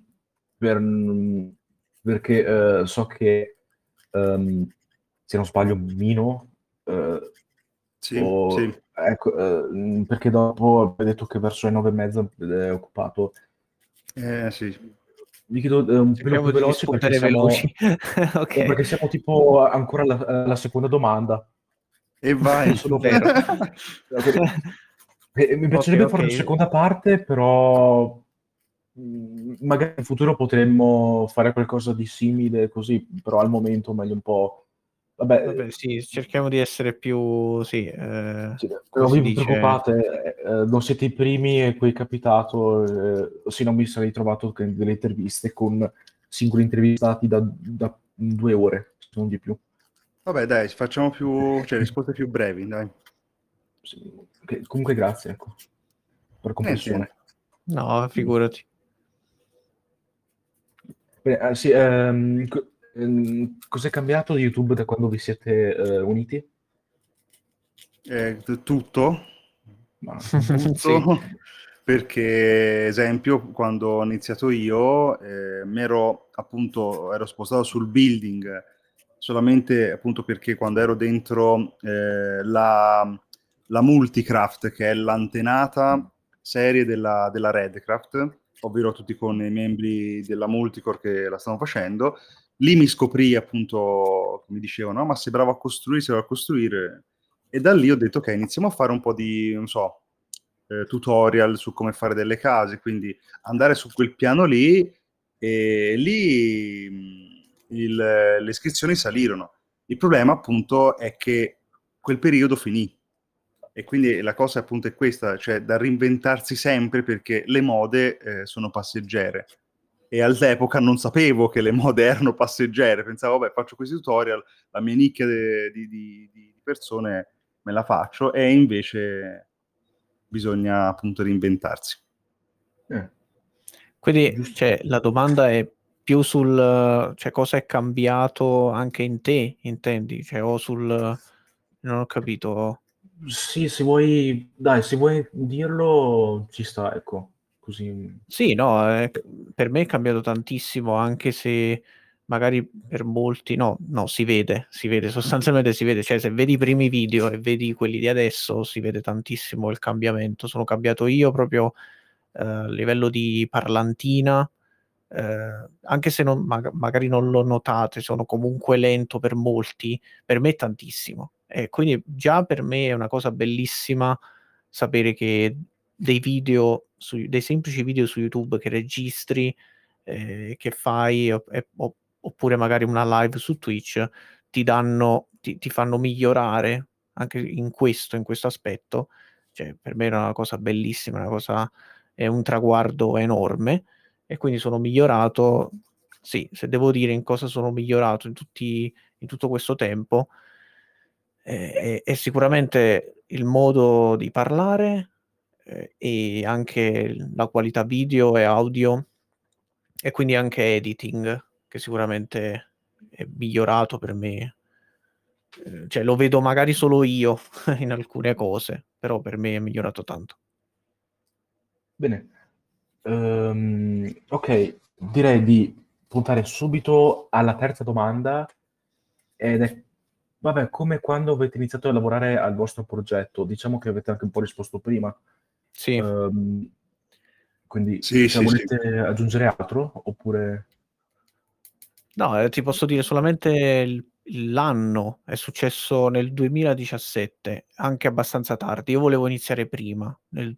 perché so che, se non sbaglio, Mino, Sì, sì. ecco, perché dopo hai detto che verso le 9:30 è occupato. Sì. Vi chiedo un pelo Cerchiamo più di veloci perché rispondere veloci. Ok. perché siamo tipo ancora alla seconda domanda. E vai. Solo Vero. mi piacerebbe Ok. fare una seconda parte, però magari in futuro potremmo fare qualcosa di simile così, però al momento meglio un po'. Vabbè, sì, cerchiamo di essere più, sì, Sì, come non si vi dice, preoccupate, non siete i primi a cui è capitato, se non mi sarei trovato con delle interviste con singoli intervistati da 2 ore, se non di più. Vabbè, dai, facciamo risposte più brevi, dai. Sì, comunque grazie, ecco, per comprensione. no, figurati. Bene, sì, cos'è cambiato di YouTube da quando vi siete uniti? Tutto? Ma Tutto perché, esempio, quando ho iniziato io, ero spostato sul building solamente appunto perché quando ero dentro la Multicraft, che è l'antenata serie della Redcraft, ovvero tutti con i membri della Multicore che la stanno facendo, lì mi scoprì appunto, mi dicevano, no, ma sei bravo a costruire, sei bravo a costruire. E da lì ho detto, ok, iniziamo a fare un po' di, non so, tutorial su come fare delle case, quindi andare su quel piano lì, e lì le iscrizioni salirono. Il problema appunto è che quel periodo finì. E quindi la cosa appunto è questa, cioè da reinventarsi sempre perché le mode sono passeggere. E all'epoca non sapevo che le mode erano passeggere, pensavo, vabbè, faccio questi tutorial, la mia nicchia di persone me la faccio, e invece bisogna appunto reinventarsi. Quindi Giusto. cioè, la domanda è più sul cioè, cosa è cambiato anche in te, intendi? Cioè, o sul... Non ho capito. Sì, se vuoi, dai, se vuoi dirlo, ci sta, ecco, così. Sì, no, per me è cambiato tantissimo, anche se magari per molti, no, si vede, sostanzialmente si vede, cioè se vedi i primi video e vedi quelli di adesso, si vede tantissimo il cambiamento. Sono cambiato io proprio a livello di parlantina, anche se magari non lo notate, sono comunque lento per molti, per me è tantissimo. E quindi già per me è una cosa bellissima sapere che dei video, dei semplici video su YouTube che registri, che fai, oppure magari una live su Twitch, ti fanno migliorare anche in questo aspetto. Cioè, per me è una cosa bellissima, è un traguardo enorme, e quindi sono migliorato. Sì, se devo dire in cosa sono migliorato in tutto questo tempo, è sicuramente il modo di parlare, e anche la qualità video e audio, e quindi anche editing, che sicuramente è migliorato per me. Cioè, lo vedo magari solo io in alcune cose, però per me è migliorato tanto. Bene. Ok, direi di puntare subito alla terza domanda, ed è, vabbè, come quando avete iniziato a lavorare al vostro progetto? Diciamo che avete anche un po' risposto prima. Sì. Quindi Sì, se sì, sì. volete aggiungere altro, oppure... No, ti posso dire solamente l'anno, è successo nel 2017, anche abbastanza tardi. Io volevo iniziare prima, nel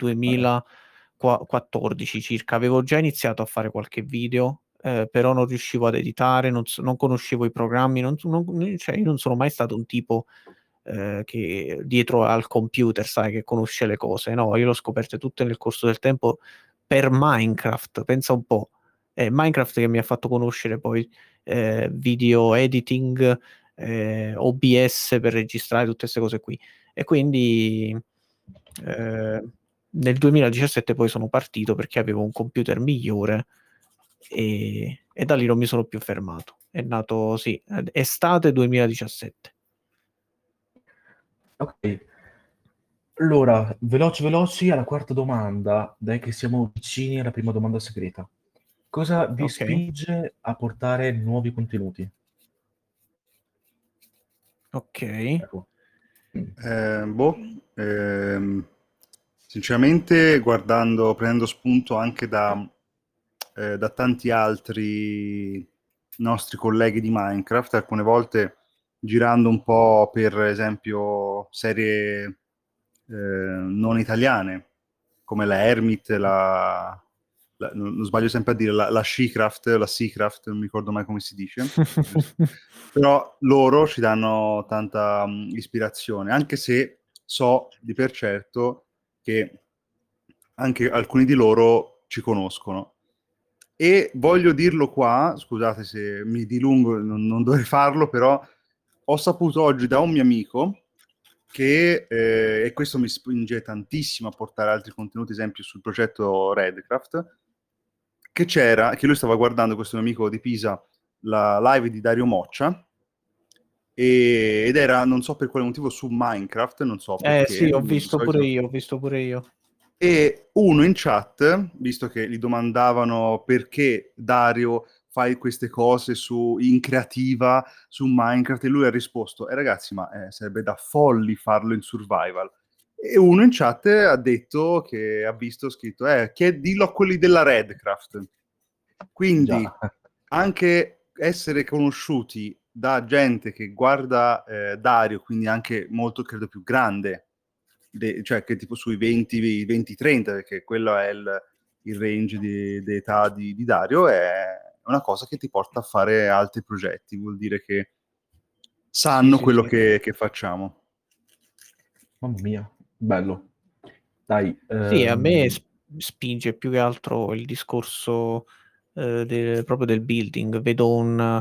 2014 circa. Avevo già iniziato a fare qualche video, però non riuscivo ad editare, non conoscevo i programmi, cioè io non sono mai stato un tipo che dietro al computer, sai, che conosce le cose. No, io l'ho scoperte tutte nel corso del tempo per Minecraft, pensa un po'. È Minecraft che mi ha fatto conoscere poi video editing, OBS per registrare tutte queste cose qui. E quindi nel 2017 poi sono partito perché avevo un computer migliore, e da lì non mi sono più fermato. È nato, sì, estate 2017. Ok. Allora, veloci alla quarta domanda, dai che siamo vicini alla prima domanda segreta. Cosa vi Ok. spinge a portare nuovi contenuti? Ok. Ecco. Sinceramente, prendendo spunto anche da tanti altri nostri colleghi di Minecraft, alcune volte girando un po' per esempio serie non italiane, come la Hermit, non sbaglio sempre a dire la Shecraft, la Seacraft, non mi ricordo mai come si dice. Però loro ci danno tanta ispirazione, anche se so di per certo che anche alcuni di loro ci conoscono. E voglio dirlo qua, scusate se mi dilungo, non dovrei farlo, però ho saputo oggi da un mio amico che, e questo mi spinge tantissimo a portare altri contenuti, esempio sul progetto Redcraft, che lui stava guardando, questo mio amico di Pisa, la live di Dario Moccia, ed era, non so per quale motivo, su Minecraft, non so perché. Sì, ho di visto solito- pure io, ho visto pure io. E uno in chat, visto che gli domandavano perché Dario fai queste cose in creativa su Minecraft, e lui ha risposto, ragazzi, ma sarebbe da folli farlo in survival. E uno in chat ha detto che ha visto scritto, dillo a quelli della Redcraft. Quindi Già. anche essere conosciuti da gente che guarda Dario, quindi anche molto, credo, più grande, cioè che tipo sui 20-30, perché quello è il range di età di Dario, è una cosa che ti porta a fare altri progetti, vuol dire che sanno Sì, quello sì. che facciamo. Mamma mia, bello. Dai, Sì, a me spinge più che altro il discorso proprio del building. Vedo una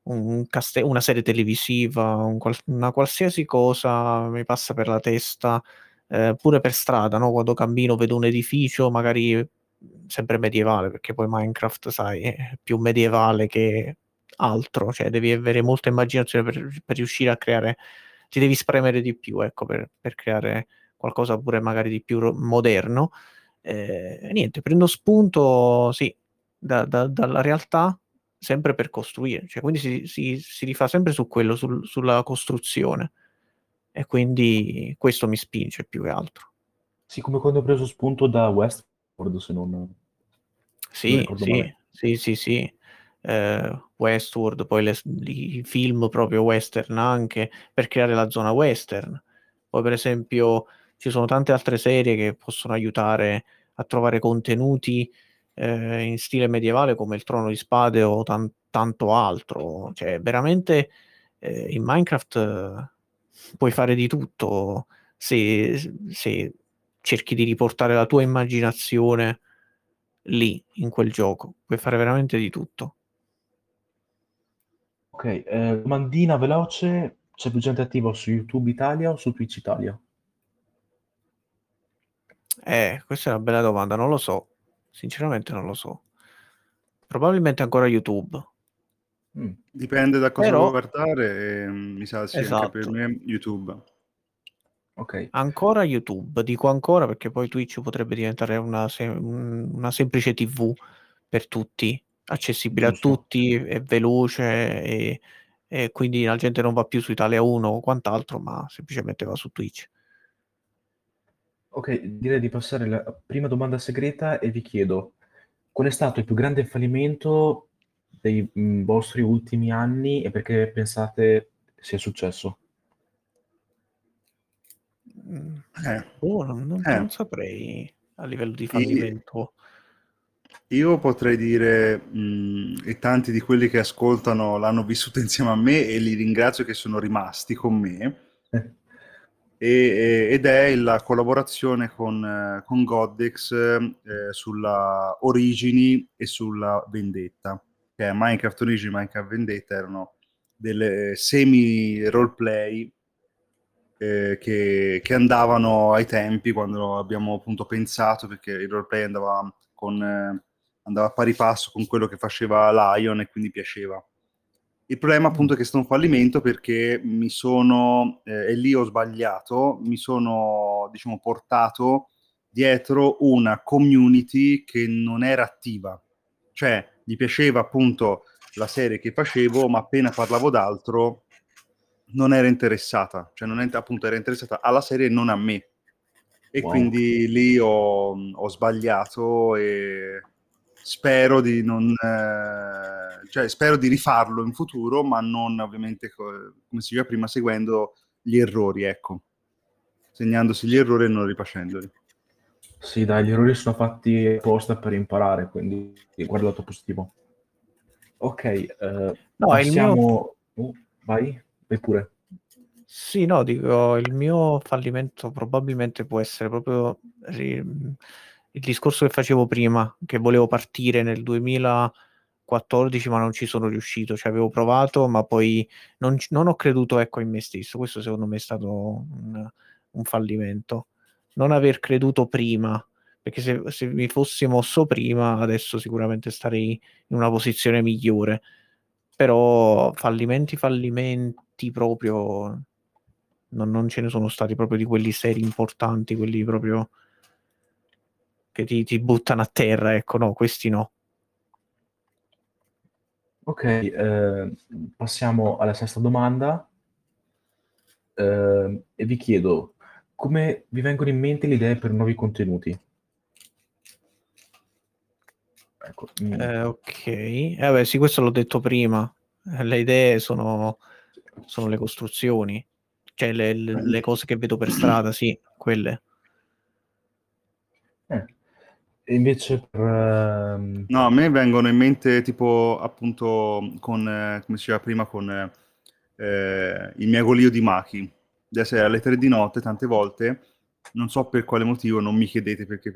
serie televisiva, una qualsiasi cosa mi passa per la testa, pure per strada, no? Quando cammino vedo un edificio, magari sempre medievale, perché poi Minecraft, sai, è più medievale che altro, cioè devi avere molta immaginazione per riuscire a creare, ti devi spremere di più, ecco, per creare qualcosa pure magari di più moderno. Niente, prendo spunto, sì, dalla realtà, sempre per costruire, cioè, quindi si rifà sempre su quello, sulla costruzione, e quindi questo mi spinge più che altro. sì, come quando ho preso spunto da Westworld, se non Sì, ricordo sì, male. sì, sì, sì. Westworld, poi i film proprio western anche, per creare la zona western. Poi per esempio ci sono tante altre serie che possono aiutare a trovare contenuti in stile medievale, come il Trono di Spade o tanto altro. Cioè veramente in Minecraft puoi fare di tutto se cerchi di riportare la tua immaginazione lì, in quel gioco. Puoi fare veramente di tutto. Ok, domandina veloce, c'è più gente attiva su YouTube Italia o su Twitch Italia? Questa è una bella domanda, non lo so. Sinceramente non lo so. Probabilmente ancora YouTube. Mm, Dipende da cosa vuoi Però, guardare, e, mi sa sì, anche per esatto, me YouTube. ok, ancora YouTube. Dico ancora perché poi Twitch potrebbe diventare una semplice TV per tutti, accessibile a giusto. tutti, è veloce e quindi la gente non va più su Italia 1 o quant'altro, ma semplicemente va su Twitch. Ok, direi di passare alla prima domanda segreta e vi chiedo, qual è stato il più grande fallimento dei vostri ultimi anni e perché pensate sia successo? Mm. Eh, Non saprei a livello di i- fallimento. Io potrei dire, e tanti di quelli che ascoltano l'hanno vissuto insieme a me e li ringrazio che sono rimasti con me, ed è la collaborazione con Goddex sulla Origini e sulla Vendetta, che è Minecraft Origini e Minecraft Vendetta erano delle semi roleplay che andavano ai tempi quando abbiamo appunto pensato, perché il roleplay andava a pari passo con quello che faceva Lion e quindi piaceva. Il problema appunto è che è stato un fallimento perché e lì ho sbagliato, mi sono, diciamo, portato dietro una community che non era attiva. Cioè, gli piaceva appunto la serie che facevo, ma appena parlavo d'altro non era interessata, cioè non è, appunto era interessata alla serie e non a me. E Wow. quindi lì ho sbagliato e spero di non, cioè spero di rifarlo in futuro, ma non ovviamente, come si diceva prima, seguendo gli errori, ecco, segnandosi gli errori e non rifacendoli. Sì, dai, gli errori sono fatti apposta per imparare, quindi guarda il lato positivo. Ok, No, il mio... passiamo... vai pure. Sì, no, dico, il mio fallimento probabilmente può essere proprio il discorso che facevo prima, che volevo partire nel 2014, ma non ci sono riuscito. Cioè, avevo provato, ma poi non ho creduto, ecco, in me stesso. Questo secondo me è stato un fallimento. Non aver creduto prima, perché se mi fossi mosso prima, adesso sicuramente starei in una posizione migliore. Però fallimenti salti proprio non ce ne sono stati proprio di quelli seri importanti, quelli proprio che ti buttano a terra, ecco, no, questi no. Ok, passiamo alla sesta domanda e vi chiedo come vi vengono in mente le idee per nuovi contenuti? Ecco, Ok, vabbè, sì, questo l'ho detto prima. Le idee sono le costruzioni, cioè le cose che vedo per strada, sì, quelle. E invece per... No, a me vengono in mente tipo appunto con, come si diceva prima, con il miagolio di Maki. Adesso alle 3 di notte, tante volte, non so per quale motivo, non mi chiedete perché,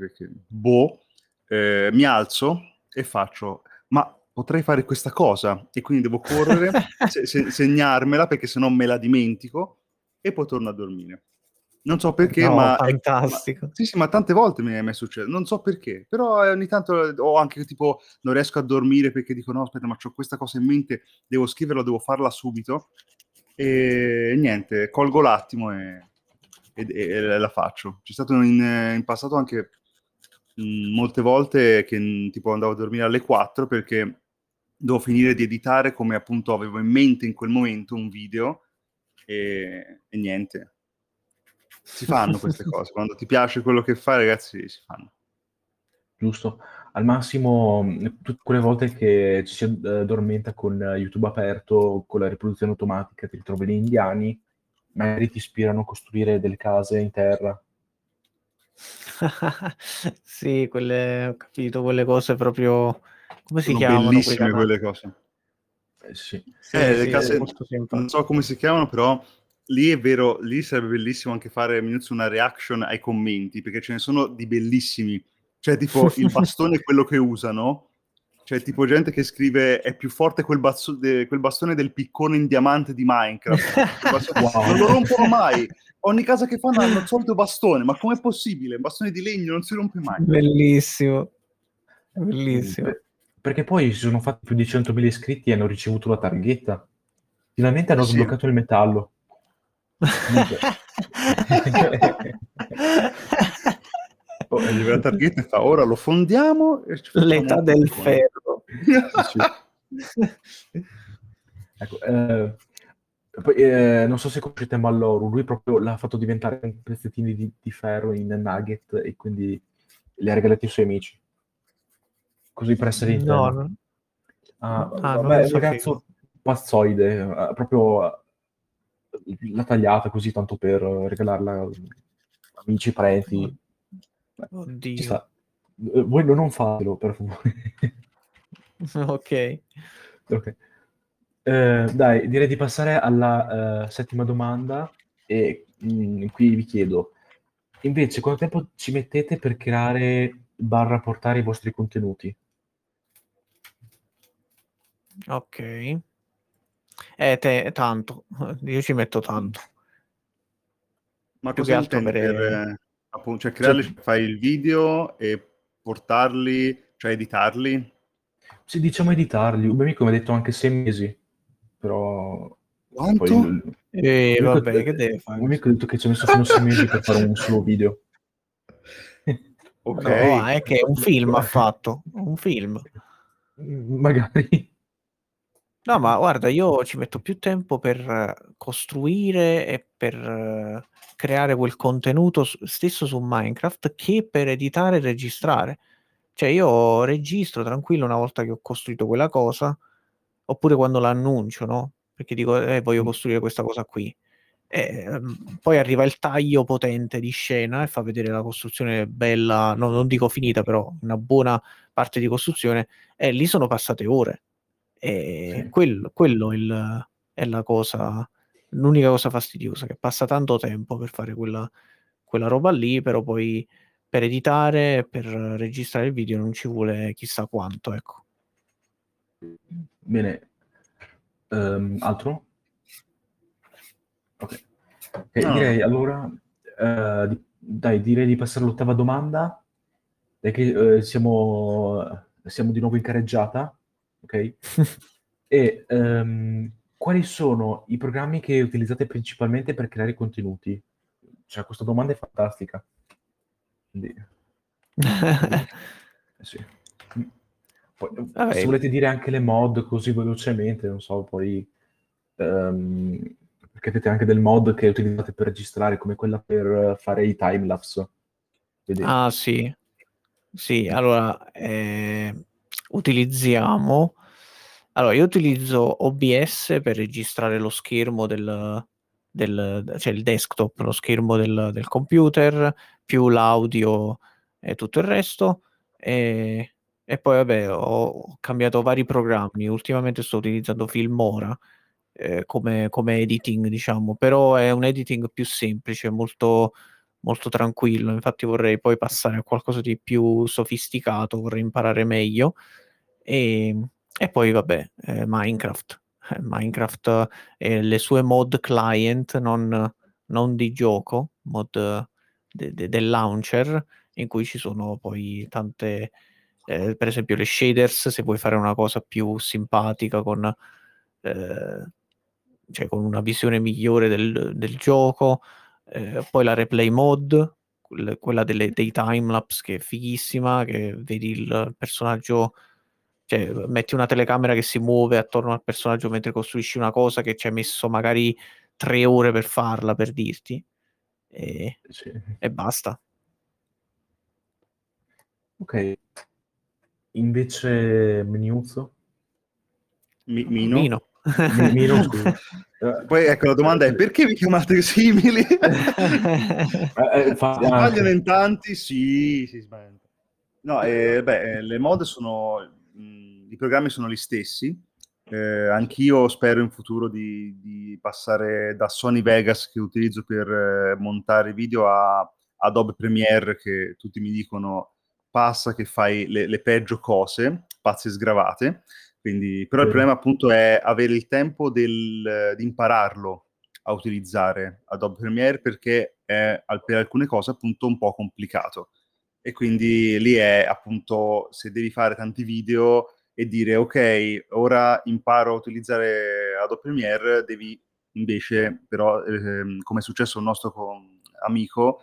mi alzo e faccio, ma potrei fare questa cosa, e quindi devo correre, segnarmela perché sennò me la dimentico, e poi torno a dormire. Non so perché, No, ma fantastico. sì, ma tante volte mi è successo, non so perché, però ogni tanto ho anche tipo non riesco a dormire perché dico no, aspetta, ma c'ho questa cosa in mente, devo scriverla, devo farla subito, e niente, colgo l'attimo e la faccio. C'è stato in passato anche molte volte che tipo andavo a dormire alle 4 perché devo finire di editare come appunto avevo in mente in quel momento un video e niente. Si fanno queste cose, quando ti piace quello che fai, ragazzi, si fanno. Giusto. Al massimo, tutte quelle volte che ci si addormenta con YouTube aperto, con la riproduzione automatica, ti ritrovi gli indiani, magari ti ispirano a costruire delle case in terra. Sì, quelle, ho capito, quelle cose proprio, come si Sono chiamano quei bellissime canali? quelle cose. Sì. Sì, Le sì, case, molto non simpatico. so come si chiamano, però lì è vero, lì sarebbe bellissimo anche fare una reaction ai commenti, perché ce ne sono di bellissimi. Cioè, tipo, il bastone è quello che usano, cioè, tipo, gente che scrive è più forte quel bastone del piccone in diamante di Minecraft. Wow. Non lo rompono mai. Ogni casa che fanno hanno il solito bastone, ma com'è possibile? Un bastone di legno non si rompe mai. Bellissimo, bellissimo. Perché poi si sono fatti più di 100.000 iscritti e hanno ricevuto la targhetta. Finalmente hanno Sì. sbloccato il metallo. Comunque. Arriva la targhetta e fa, ora lo fondiamo e ci facciamo L'età un del piccone. ferro. Sì. Ecco, poi, non so se conoscete Malloru, lui proprio l'ha fatto diventare un pezzettino di ferro in nugget e quindi li ha regalati ai suoi amici. Così per essere in No, tema. non Vabbè, lo è un sapevo. ragazzo pazzoide, proprio l'ha tagliata così tanto per regalarla a amici, parenti. Beh, ci Oddio. sta. Voi non fatelo, per favore. Ok. Ok. Dai, direi di passare alla settima domanda e qui vi chiedo, invece, quanto tempo ci mettete per creare / portare i vostri contenuti? Ok. Tanto. Io ci metto tanto. Ma Più che cosa altro intendi per... per appunto, cioè Cioè, crearli, cioè fai il video e portarli, cioè editarli? sì, diciamo editarli. Un mio amico mi ha detto anche 6 mesi, però poi Quanto? vabbè, che deve un fare? mio amico ha detto che ci ha messo fino a 6 mesi per fare un solo video. Ok. No, è che un film ha fatto. Un film. Magari. No, ma guarda, io ci metto più tempo per costruire e per creare quel contenuto stesso su Minecraft che per editare e registrare. Cioè io registro tranquillo una volta che ho costruito quella cosa, oppure quando l'annuncio, no? Perché dico, voglio costruire questa cosa qui. Poi arriva il taglio potente di scena e fa vedere la costruzione bella, non dico finita, però una buona parte di costruzione, e lì sono passate ore. E Sì. quello è la cosa, l'unica cosa fastidiosa, che passa tanto tempo per fare quella roba lì, però poi per editare, per registrare il video non ci vuole chissà quanto, ecco. Bene. Altro? Ok. No, Direi no. allora, direi di passare all'ottava domanda, perché siamo di nuovo in careggiata, ok? E quali sono i programmi che utilizzate principalmente per creare contenuti? Cioè, questa domanda è fantastica. Quindi, sì. Poi, Vabbè, se volete dire anche le mod così velocemente, non so, poi perché avete anche del mod che utilizzate per registrare, come quella per fare i timelapse. Quindi, ah sì, sì, allora utilizziamo... Allora, io utilizzo OBS per registrare lo schermo cioè il desktop, lo schermo del computer, più l'audio e tutto il resto. E poi, vabbè, ho cambiato vari programmi. Ultimamente sto utilizzando Filmora come editing, diciamo, però è un editing più semplice, molto, molto tranquillo. Infatti vorrei poi passare a qualcosa di più sofisticato, vorrei imparare meglio. E, e poi, vabbè, Minecraft. Minecraft e le sue mod client, non di gioco, mod del launcher, in cui ci sono poi tante, per esempio le shaders, se vuoi fare una cosa più simpatica eh, cioè con una visione migliore del gioco, poi la replay mod, quella dei timelapse che è fighissima, che vedi il personaggio, cioè metti una telecamera che si muove attorno al personaggio mentre costruisci una cosa che ci hai messo magari 3 ore per farla, per dirti, e, sì. e basta. Ok. Invece Miniuzzo? Mino? Mino. Mino, scusa. Poi ecco, la domanda è: perché vi chiamate simili? Infatti, Si sbagliano anche. in tanti? Sì, si sbagliano. No, le mod sono, i programmi sono gli stessi. Anch'io spero in futuro di passare da Sony Vegas, che utilizzo per montare video, a Adobe Premiere, che tutti mi dicono passa che fai le peggio cose, pazze sgravate. Quindi, però il Vero. problema appunto è avere il tempo di impararlo a utilizzare Adobe Premiere, perché è per alcune cose appunto un po' complicato. E quindi lì è appunto, se devi fare tanti video e dire ok, ora imparo a utilizzare Adobe Premiere, devi invece però, come è successo al nostro amico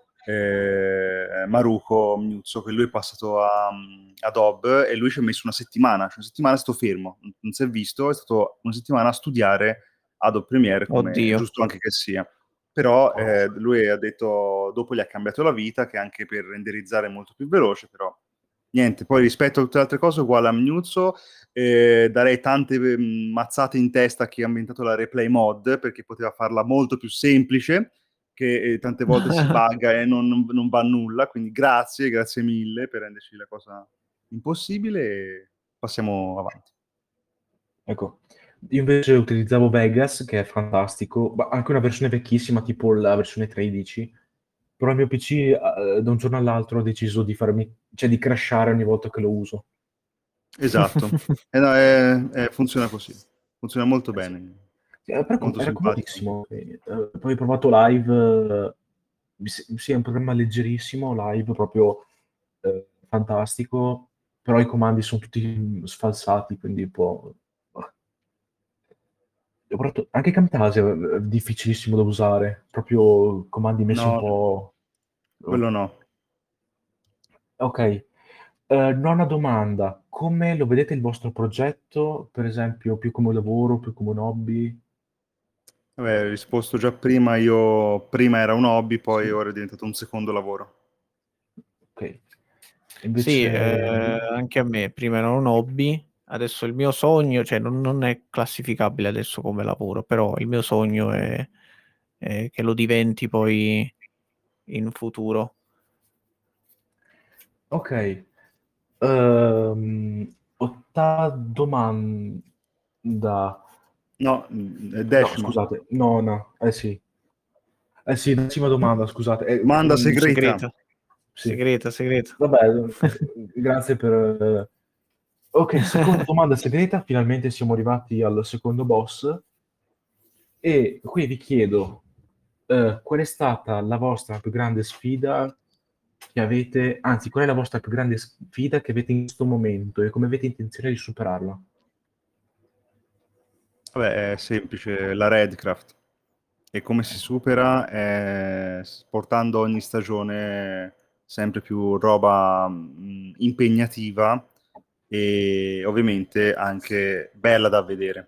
Maruco Miuzzo, che lui è passato a Adobe e lui ci ha messo una settimana, cioè una settimana è stato fermo, non si è visto, è stato una settimana a studiare Adobe Premiere, come è Oddio. giusto anche che sia. Però lui ha detto, dopo gli ha cambiato la vita, che anche per renderizzare è molto più veloce, però niente. Poi rispetto a tutte le altre cose, uguale a Miuzzo, darei tante mazzate in testa a chi ha inventato la replay mod, perché poteva farla molto più semplice, che tante volte si bugga e non va a nulla, quindi grazie mille per renderci la cosa impossibile, e passiamo avanti. Ecco, io invece utilizzavo Vegas, che è fantastico, ma anche una versione vecchissima, tipo la versione 13, però il mio PC da un giorno all'altro ha deciso di farmi, cioè di crashare ogni volta che lo uso. Esatto. No, funziona così, funziona molto Sì. bene, Però molto era simpatico. comodissimo. Poi ho provato Live, sì, è un programma leggerissimo, Live proprio fantastico, però i comandi sono tutti sfalsati, quindi un po'... Ho provato anche Camtasia, è difficilissimo da usare, proprio comandi messi un No, po'... quello no. Ok, nona domanda. Come lo vedete il vostro progetto, per esempio, più come un lavoro, più come un hobby? Vabbè, ho risposto già prima, io prima era un hobby, poi Sì. ora è diventato un secondo lavoro. Ok. Sì, Invece... anche a me prima era un hobby, adesso il mio sogno, cioè non è classificabile adesso come lavoro, però il mio sogno è che lo diventi poi in futuro. Ok. Ottava domanda. No, No, decima. scusate. No. Sì. Eh sì, decima domanda, scusate. Domanda segreta. Segreta, Sì. segreta. Vabbè, grazie per... Ok, seconda domanda segreta. Finalmente siamo arrivati al secondo boss. E qui vi chiedo, qual è stata la vostra più grande sfida che avete... Anzi, qual è la vostra più grande sfida che avete in questo momento e come avete intenzione di superarla? Vabbè, è semplice, la Redcraft. E come si supera? Portando ogni stagione sempre più roba impegnativa e ovviamente anche bella da vedere.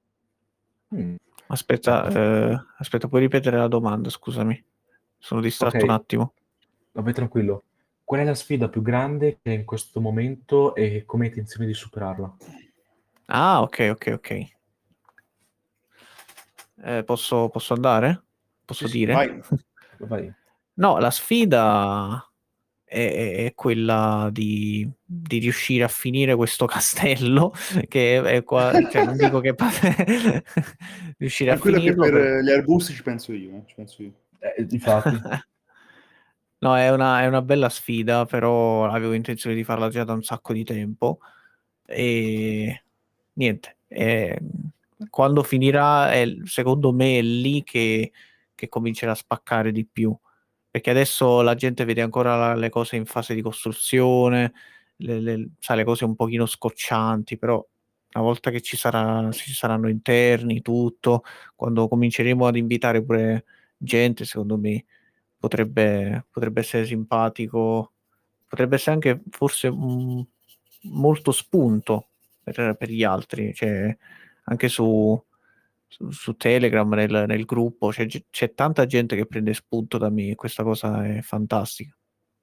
Aspetta, puoi ripetere la domanda, scusami. Sono distratto Ok. un attimo. Vabbè, tranquillo. Qual è la sfida più grande che hai in questo momento e come hai intenzione di superarla? Ah, ok. Posso andare? Posso Sì, dire? vai. Vai. No, la sfida è quella di riuscire a finire questo castello, che è qua, cioè non dico che riuscire a Tranquillo che finirlo per gli arbusti ci penso io. Ci penso io. Infatti. No, è una bella sfida, però avevo intenzione di farla già da un sacco di tempo e niente, quando finirà secondo me è lì che comincerà a spaccare di più, perché adesso la gente vede ancora le cose in fase di costruzione, sai, le cose un pochino scoccianti, però una volta che ci saranno interni, tutto, quando cominceremo ad invitare pure gente, secondo me potrebbe essere simpatico, potrebbe essere anche forse molto spunto per gli altri, cioè anche su Telegram, nel gruppo, c'è tanta gente che prende spunto da me e questa cosa è fantastica.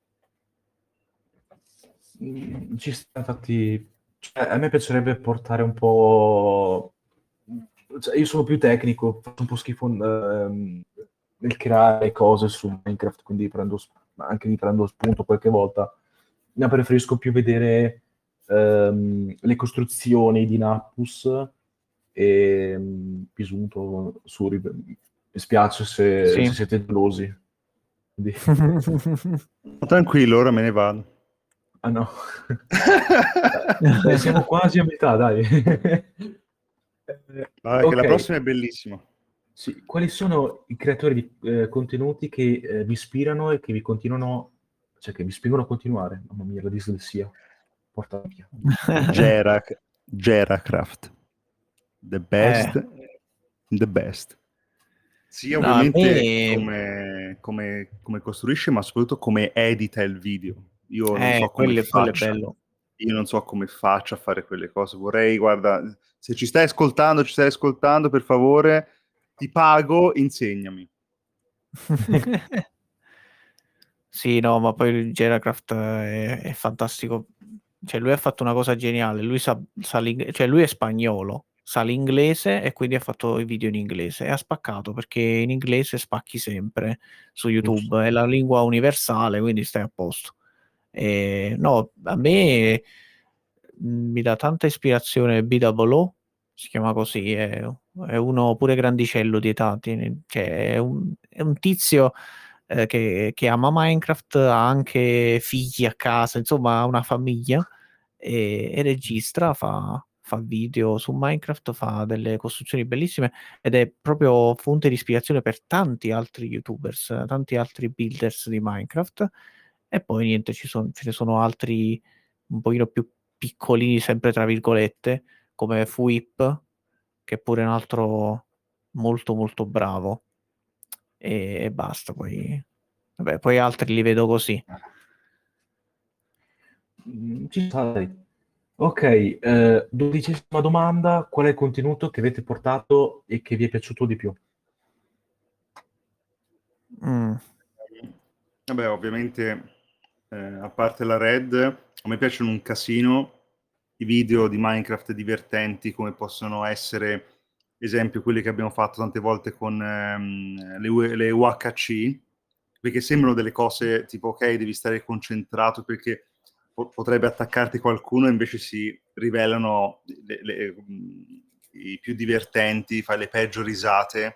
Ci sta, infatti, cioè, a me piacerebbe portare un po'... Cioè, io sono più tecnico, faccio un po' schifo nel creare cose su Minecraft, quindi anche lì prendo spunto qualche volta. Ma preferisco più vedere le costruzioni di Nappus e Pisunto, Suri. Mi spiace se Sì. siete gelosi. Quindi- Tranquillo, ora me ne vado. Ah no. Siamo quasi a metà, dai. Dai, che la Ok, prossima è bellissima. sì. Quali sono i creatori di contenuti che vi ispirano e che vi continuano, cioè che vi spingono a continuare? Mamma mia, la dislessia. Porta via. Geracraft. The Eh, best. The best. Sì, no, a ovviamente me come costruisce, ma soprattutto come edita il video. Io non so come quello è faccia. bello. Io non so come faccia a fare quelle cose. Vorrei, guarda, se ci stai ascoltando, per favore, ti pago, insegnami. Sì, no, ma poi il Geracraft è fantastico. Cioè, lui ha fatto una cosa geniale. Lui cioè, lui è spagnolo, sa l'inglese e quindi ha fatto i video in inglese. E ha spaccato perché in inglese spacchi sempre su YouTube. È la lingua universale, quindi stai a posto. No, a me mi dà tanta ispirazione BWO, si chiama così, è uno pure grandicello di età, cioè è un tizio che ama Minecraft, ha anche figli a casa, insomma ha una famiglia e registra, fa video su Minecraft, fa delle costruzioni bellissime ed è proprio fonte di ispirazione per tanti altri YouTubers, tanti altri builders di Minecraft. E poi niente, ce ne sono altri un pochino più piccolini, sempre tra virgolette, come Fuip, che è pure un altro molto molto bravo. E basta, poi vabbè, poi altri li vedo così. Ci sta, dai. Ok, 12ª domanda. Qual è il contenuto che avete portato e che vi è piaciuto di più? Mm. Vabbè, ovviamente, a parte la Red, a me piacciono un casino i video di Minecraft divertenti, come possono essere, esempio, quelli che abbiamo fatto tante volte con le UHC, perché sembrano delle cose tipo, ok, devi stare concentrato perché potrebbe attaccarti qualcuno, e invece si rivelano i più divertenti, fai le peggio risate,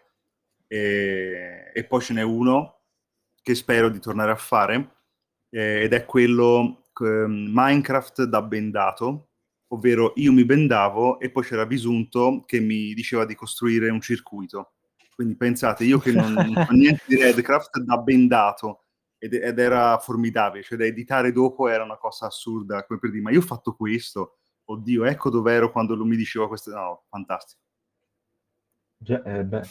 e poi ce n'è uno che spero di tornare a fare, ed è quello Minecraft da bendato, ovvero io mi bendavo e poi c'era Bisunto che mi diceva di costruire un circuito. Quindi pensate, io che non so niente di Redcraft, da bendato, ed era formidabile, cioè da editare dopo era una cosa assurda, come per dire, ma io ho fatto questo, oddio, ecco dov'ero quando lui mi diceva questo, no, fantastico. Beh.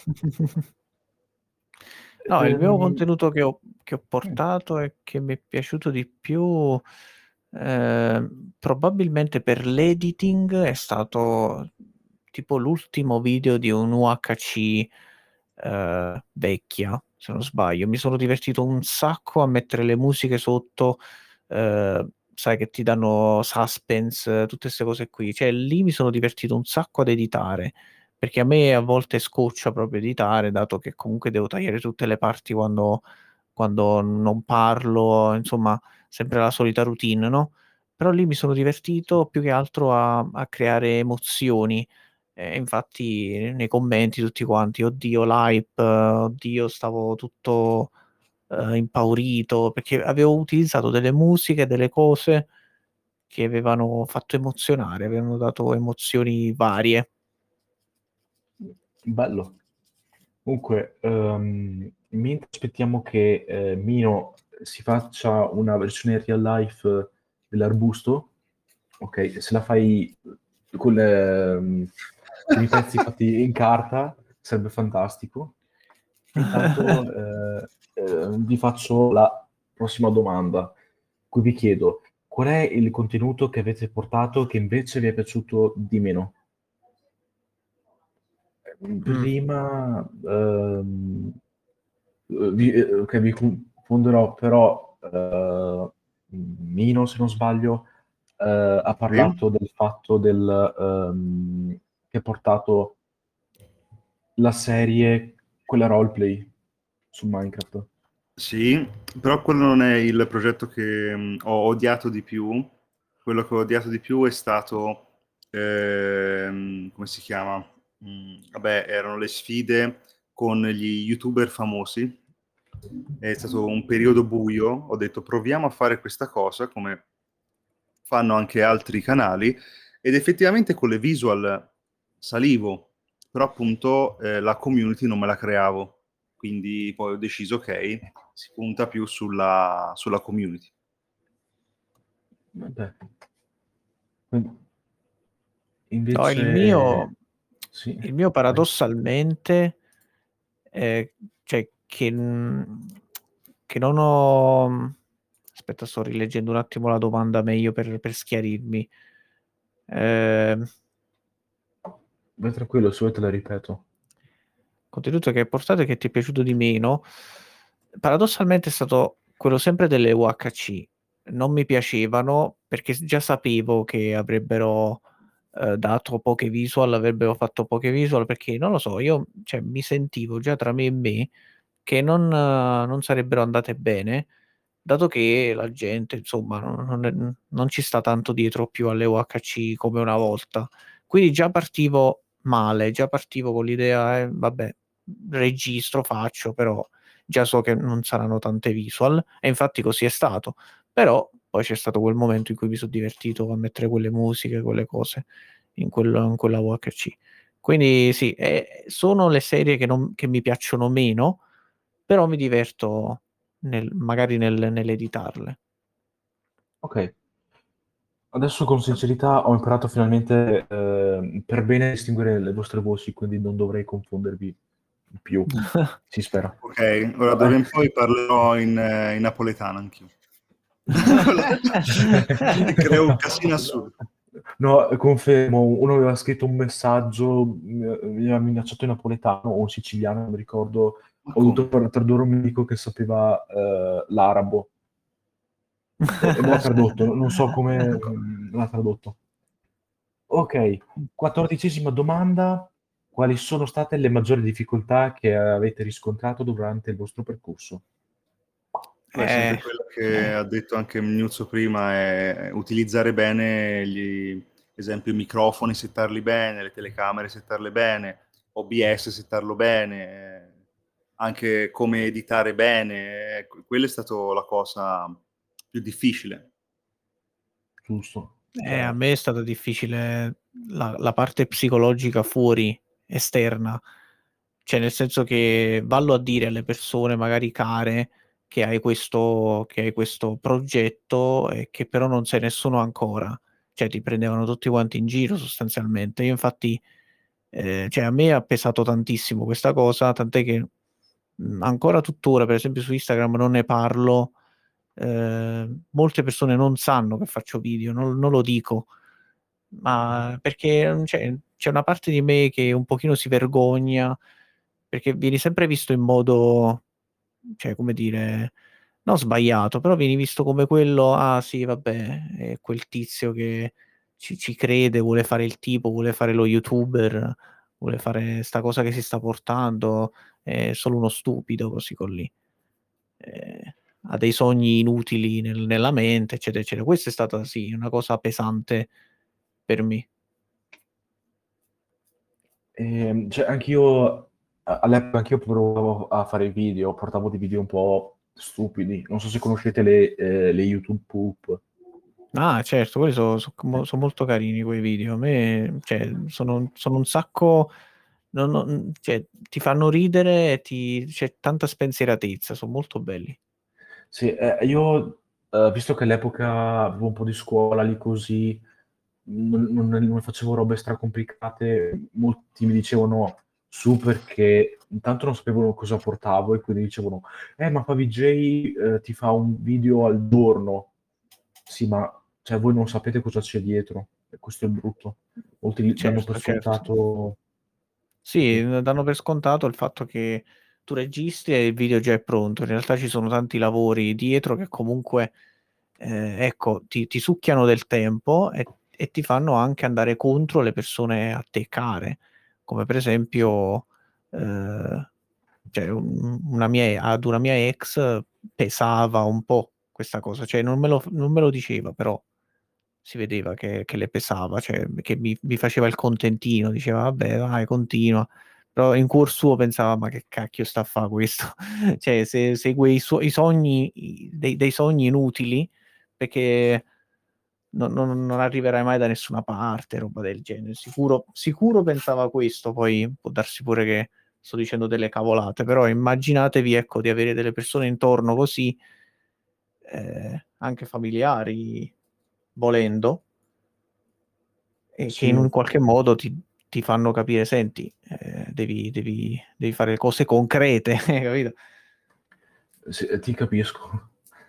No, il mio Ehm, contenuto che ho portato e che mi è piaciuto di più, probabilmente per l'editing, è stato tipo l'ultimo video di un UHC vecchia, se non sbaglio. Mi sono divertito un sacco a mettere le musiche sotto, sai, che ti danno suspense, tutte queste cose qui. Cioè, lì mi sono divertito un sacco ad editare, perché a me a volte scoccia proprio editare, dato che comunque devo tagliare tutte le parti quando non parlo, insomma, sempre la solita routine, no? Però lì mi sono divertito più che altro a creare emozioni. Infatti nei commenti tutti quanti, oddio l'hype, oddio stavo tutto impaurito, perché avevo utilizzato delle musiche, delle cose che avevano fatto emozionare, avevano dato emozioni varie. bello. Comunque, mentre aspettiamo che Mino si faccia una versione real life dell'arbusto, ok, se la fai con i pezzi fatti in carta sarebbe fantastico. Intanto vi faccio la prossima domanda, cui vi chiedo qual è il contenuto che avete portato che invece vi è piaciuto di meno? Prima che vi confonderò, però Mino, se non sbaglio, ha Sì? parlato del fatto che ha portato la serie, quella roleplay su Minecraft. Sì, però quello non è il progetto che ho odiato di più. Quello che ho odiato di più è stato, come si chiama? Vabbè, erano le sfide con gli YouTuber famosi. È stato un periodo buio. Ho detto proviamo a fare questa cosa come fanno anche altri canali ed effettivamente con le visual salivo, però appunto la community non me la creavo. Quindi poi ho deciso, ok, si punta più sulla community. Vabbè. No, Invece, sì, il mio vai. paradossalmente, cioè che non ho... Aspetta, sto rileggendo un attimo la domanda meglio per schiarirmi. Vai tranquillo, se vuoi te la ripeto. Contenuto che hai portato e che ti è piaciuto di meno, paradossalmente è stato quello sempre delle UHC. Non mi piacevano perché già sapevo che avrebbero dato poche visual, avrebbero fatto poche visual, perché non lo so, io cioè, mi sentivo già tra me e me che non sarebbero andate bene, dato che la gente, insomma, non ci sta tanto dietro più alle UHC come una volta. Quindi già partivo male, già partivo con l'idea, vabbè, registro, faccio, però già so che non saranno tante visual, e infatti così è stato. Però poi c'è stato quel momento in cui mi sono divertito a mettere quelle musiche, quelle cose in quella UHC. Quindi sì, sono le serie che mi piacciono meno, però mi diverto magari nell'editarle. Ok, adesso con sincerità ho imparato finalmente per bene a distinguere le vostre voci, quindi non dovrei confondervi più, si spera. Ok, ora d'ora in poi parlerò in napoletano anch'io. Creo un casino assurdo. No, confermo, uno aveva scritto un messaggio, mi aveva minacciato in napoletano o in siciliano, non mi ricordo, Ma ho dovuto come? tradurre un amico che sapeva l'arabo e me l'ha tradotto, non so come l'ha tradotto. Ok, 14ª domanda. Quali sono state le maggiori difficoltà che avete riscontrato durante il vostro percorso? Beh, sempre quello che ha detto anche Mnuzzo prima è utilizzare bene esempio, i microfoni, settarli bene, le telecamere, settarle bene, OBS, settarlo bene, anche come editare bene. Quella è stata la cosa più difficile. Giusto. A me è stata difficile la parte psicologica fuori, esterna, cioè nel senso che vallo a dire alle persone magari care che hai questo progetto e che però non sei nessuno ancora, cioè ti prendevano tutti quanti in giro sostanzialmente. Io infatti Cioè, a me ha pesato tantissimo questa cosa, tant'è che ancora tuttora, per esempio su Instagram non ne parlo, molte persone non sanno che faccio video, non lo dico, ma perché c'è una parte di me che un pochino si vergogna, perché vieni sempre visto in modo, cioè, come dire, non sbagliato, però vieni visto come quello, ah sì, vabbè, è quel tizio che ci crede, vuole fare il tipo, vuole fare lo youtuber, vuole fare sta cosa che si sta portando, è solo uno stupido, così con lì. Ha dei sogni inutili nella mente, eccetera, eccetera. Questa è stata, sì, una cosa pesante per me. Cioè, anch'io all'epoca anch'io provavo a fare video, portavo dei video un po' stupidi. Non so se conoscete le YouTube Poop. Ah, certo, quelli sono molto carini quei video. A me, cioè, sono un sacco. Cioè, ti fanno ridere e c'è tanta spensieratezza, sono molto belli. Sì, io, visto che all'epoca avevo un po' di scuola lì così, non facevo robe stracomplicate, molti mi dicevano su perché intanto non sapevano cosa portavo e quindi dicevano, ma VJ ti fa un video al giorno. Sì, ma cioè, voi non sapete cosa c'è dietro, e questo è il brutto. Molti danno per Certo, certo. scontato. Sì, danno per scontato il fatto che tu registri e il video già è pronto. In realtà ci sono tanti lavori dietro che comunque, ecco, ti succhiano del tempo e ti fanno anche andare contro le persone a te care, come per esempio, cioè ad una mia ex pesava un po' questa cosa, cioè non me lo diceva, però si vedeva che le pesava, cioè che mi faceva il contentino, diceva vabbè vai continua, però in cuor suo pensava ma che cacchio sta a fa questo? Cioè se segue i sogni, dei sogni inutili, perché non arriverai mai da nessuna parte, roba del genere, sicuro pensava questo, poi può darsi pure che sto dicendo delle cavolate, però immaginatevi, ecco, di avere delle persone intorno così, anche familiari, volendo, e che in Sì, un qualche modo ti fanno capire, senti, devi fare cose concrete, capito? sì, ti capisco.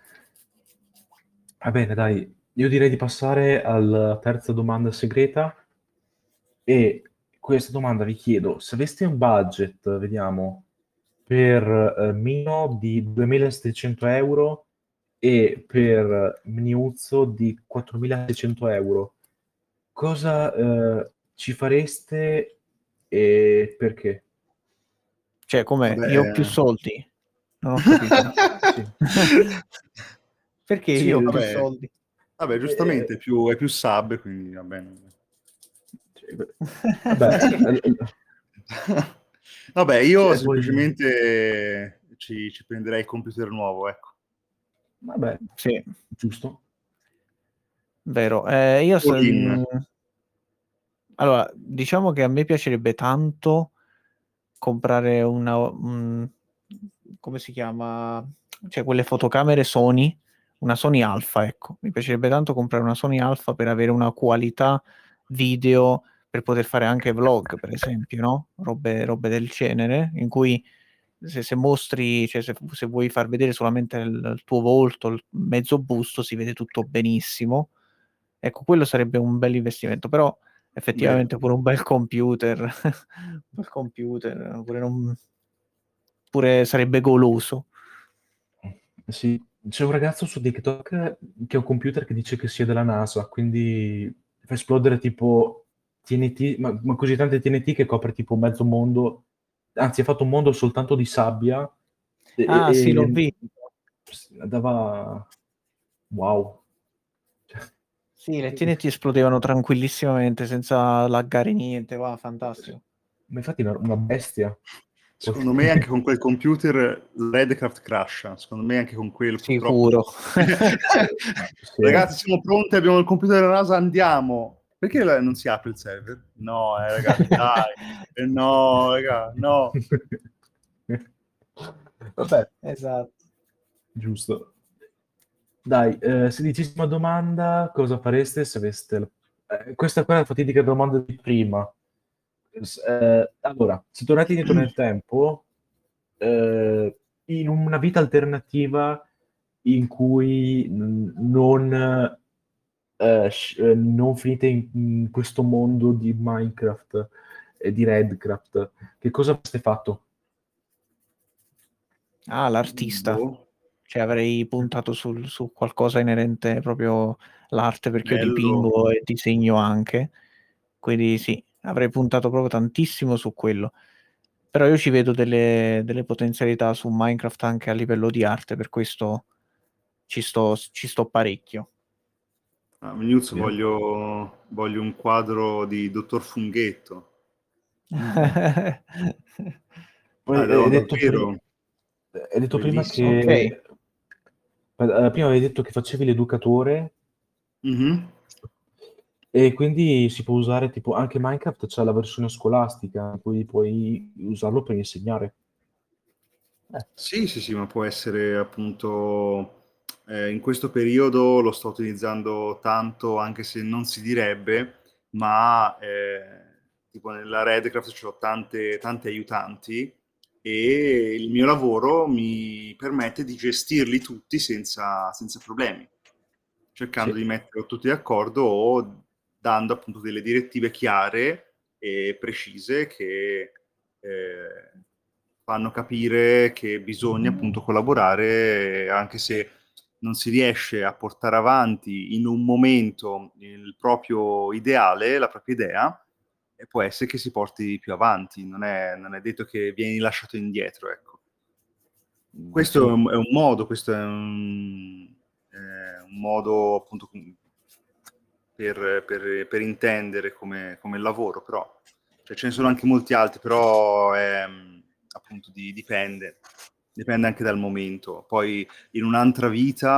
Va bene, dai, io direi di passare alla terza domanda segreta. E questa domanda vi chiedo, se aveste un budget, vediamo, per Mino di 2.700 euro e per Miniuzzo di 4.600 euro, cosa ci fareste e perché? Cioè, come io ho più Vabbè, soldi? Non ho capito. Sì. Perché Sì, io ho più vabbè, soldi? vabbè, giustamente è più sub, quindi va bene. sì, vabbè, Vabbè, io cioè, poi, semplicemente ci prenderei il computer nuovo, ecco. vabbè, Sì, giusto. vero. All in. Allora, diciamo che a me piacerebbe tanto comprare come si chiama? Cioè, quelle fotocamere Sony, una Sony Alpha, ecco. Mi piacerebbe tanto comprare una Sony Alpha per avere una qualità video per poter fare anche vlog, per esempio, no? Robe del genere, in cui se mostri, cioè se vuoi far vedere solamente il tuo volto, il mezzo busto, si vede tutto benissimo. Ecco, quello sarebbe un bel investimento, però Vero. effettivamente pure un bel computer, un bel computer, pure sarebbe goloso. Sì, c'è un ragazzo su TikTok che ha un computer che dice che sia della NASA, quindi fa esplodere tipo TNT, ma così tante TNT che copre tipo mezzo mondo, anzi ha fatto un mondo soltanto di sabbia Ah, sì, l'ho e visto. dava... Wow. Cioè, Sì, le TNT esplodevano tranquillissimamente, senza laggare niente, va, fantastico. ma infatti è una bestia. Secondo me anche con quel computer Redcraft crasha, secondo me anche con quello purtroppo. Sicuro. Sì. Ragazzi, siamo pronti, abbiamo il computer della NASA, andiamo. Perché non si apre il server? No, ragazzi, dai. No, raga, no. Vabbè, Esatto. giusto. Dai, 16ª domanda, cosa fareste se aveste... questa qua è la fatidica domanda di prima. Allora, se tornati indietro nel tempo, in una vita alternativa in cui non finite in questo mondo di Minecraft e di Redcraft, che cosa avreste fatto? L'artista. Boh, Cioè avrei puntato su qualcosa inerente proprio all'arte, perché io bello. dipingo e disegno anche, quindi sì, avrei puntato proprio tantissimo su quello. Però io ci vedo delle potenzialità su Minecraft anche a livello di arte, per questo ci sto parecchio. News, Vero. voglio un quadro di Dottor Funghetto. Poi No, hai detto, davvero, hai detto prima bellissimo. che prima avevi detto che facevi l'educatore Mhm. e quindi si può usare tipo anche Minecraft, c'è la versione scolastica, in cui puoi usarlo per insegnare. Sì, sì, sì, ma può essere appunto in questo periodo lo sto utilizzando tanto, anche se non si direbbe, ma tipo nella Redcraft ho tante aiutanti e il mio lavoro mi permette di gestirli tutti senza problemi, cercando Sì. di mettere tutti d'accordo o dando appunto delle direttive chiare e precise che fanno capire che bisogna appunto collaborare, anche se non si riesce a portare avanti in un momento il proprio ideale, la propria idea, e può essere che si porti più avanti, non è detto che vieni lasciato indietro, ecco. Questo Sì. è un modo, questo è un modo appunto per intendere come lavoro, però cioè, ce ne sono anche molti altri, però appunto dipende anche dal momento. Poi in un'altra vita,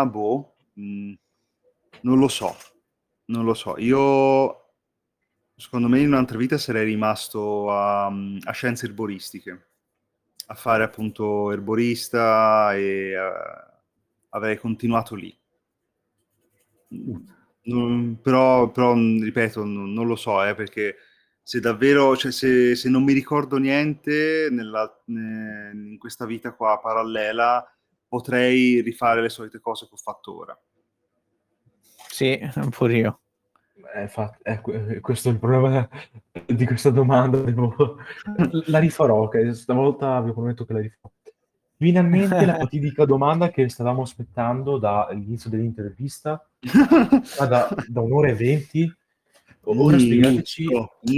non lo so, Io, secondo me, in un'altra vita sarei rimasto a scienze erboristiche, a fare appunto erborista e avrei continuato lì. Però, ripeto, non lo so, perché se davvero, cioè, se non mi ricordo niente in questa vita qua parallela, potrei rifare le solite cose che ho fatto ora. Sì, pure io. Questo è il problema di questa domanda. La rifarò, che stavolta vi prometto che la rifarò. Finalmente la fatidica domanda che stavamo aspettando dall'inizio dell'intervista, da un'ora e 20. Ora spiegateci.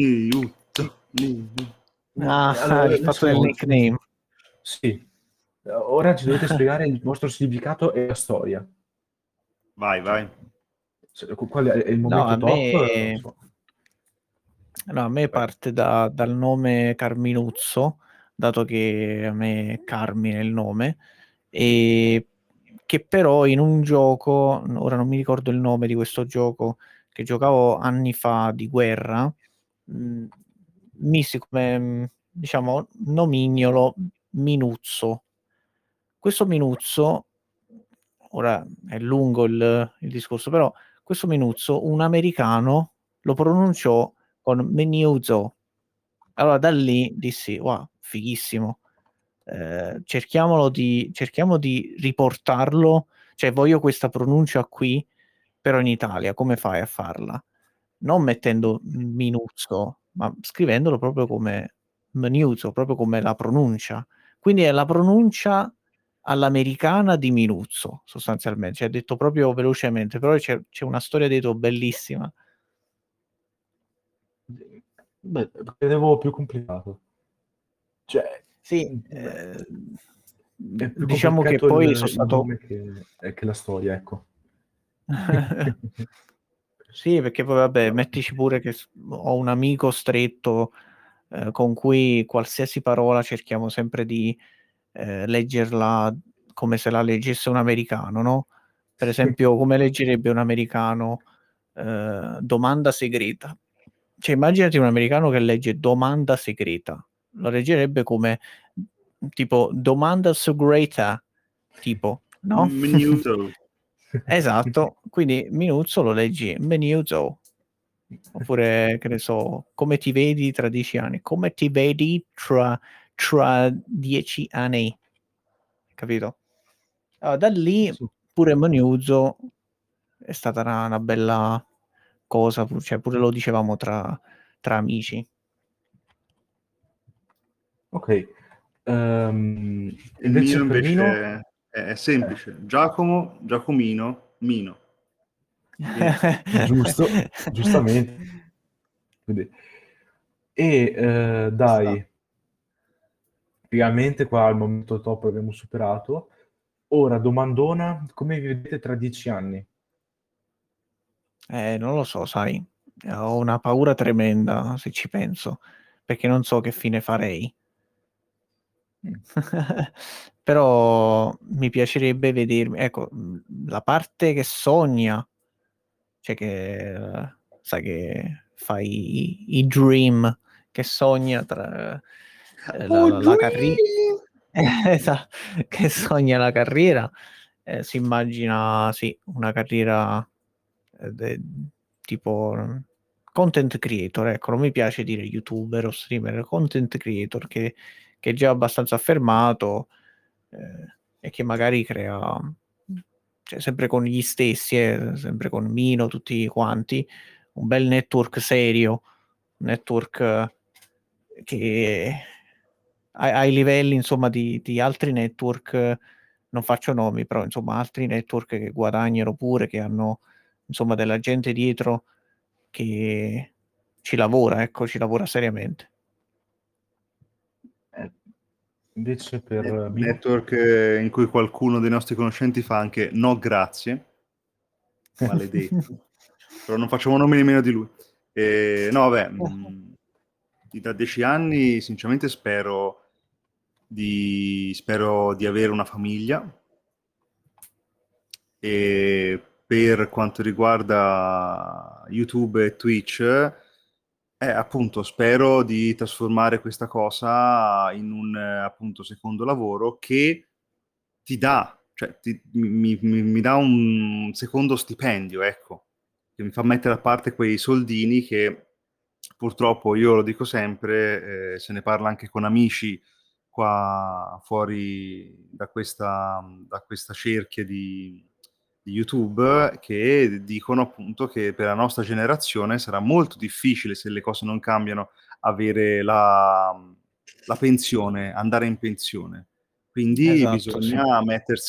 Allora, Il fatto del adesso nickname. sì, ora ci dovete spiegare il vostro significato e la storia. Vai. Qual è il No, momento a top? me, Non so. no, a me parte dal nome Carminuzzo, dato che a me è Carmine il nome, e che però in un gioco, ora non mi ricordo il nome di questo gioco, che giocavo anni fa di guerra, missi come, diciamo, nomignolo Minuzzo. Questo Minuzzo, ora è lungo il discorso, però questo Minuzzo un americano lo pronunciò con Menuzzo. Allora da lì dissi, wow, fighissimo. Cerchiamo di riportarlo, cioè voglio questa pronuncia qui, però in Italia, come fai a farla? Non mettendo Minuzzo, ma scrivendolo proprio come Menuzzo, proprio come la pronuncia. Quindi è la pronuncia all'americana di Minuzzo, sostanzialmente, cioè detto proprio velocemente, però c'è una storia dietro bellissima. Beh, credevo più complicato. Cioè, Sì, è più diciamo che complicato poi sono il stato... nome che la storia, ecco. Sì, perché poi vabbè, mettici pure che ho un amico stretto con cui qualsiasi parola cerchiamo sempre di leggerla come se la leggesse un americano, no? Per esempio, come leggerebbe un americano domanda segreta. Cioè, immaginati un americano che legge domanda segreta. Lo leggerebbe come tipo domanda segreta, tipo, no? Minuto. Esatto, quindi Minuzzo lo leggi Menuzzo. Oppure, che ne so, come ti vedi tra 10 anni? Come ti vedi tra 10 anni? Capito? Allora, da lì Sì. pure Moniuso è stata una bella cosa, cioè pure lo dicevamo tra amici. Il Ok. mio Invece per Mino? invece è semplice. Giacomino, Mino. Giusto, giustamente. Quindi- dai, ovviamente qua al momento top l'abbiamo superato. Ora, domandona, come vi vedete tra 10 anni? Non lo so, sai, ho una paura tremenda se ci penso, perché non so che fine farei. Però mi piacerebbe vedermi, ecco, la parte che sogna, cioè che sai che fai i dream, che sogna tra la carriera, che sogna la carriera, si immagina sì, una carriera tipo content creator, ecco, non mi piace dire youtuber o streamer, content creator che è già abbastanza affermato e che magari crea, cioè, sempre con gli stessi, sempre con Mino, tutti quanti, un bel network serio, un network che ai livelli insomma di altri network, non faccio nomi, però insomma altri network che guadagnano pure, che hanno insomma della gente dietro che ci lavora, ecco, ci lavora seriamente. Invece per Mino? Network in cui qualcuno dei nostri conoscenti fa anche no grazie, maledetto. Però non facciamo nomi nemmeno di lui. No, vabbè, da 10 anni sinceramente spero di avere una famiglia, e per quanto riguarda YouTube e Twitch, appunto spero di trasformare questa cosa in un appunto secondo lavoro che ti dà, cioè mi dà un secondo stipendio, ecco, che mi fa mettere a parte quei soldini che purtroppo, io lo dico sempre, se ne parla anche con amici qua fuori da questa cerchia di YouTube, che dicono appunto che per la nostra generazione sarà molto difficile, se le cose non cambiano, avere la pensione, andare in pensione. Quindi Esatto, sì. bisogna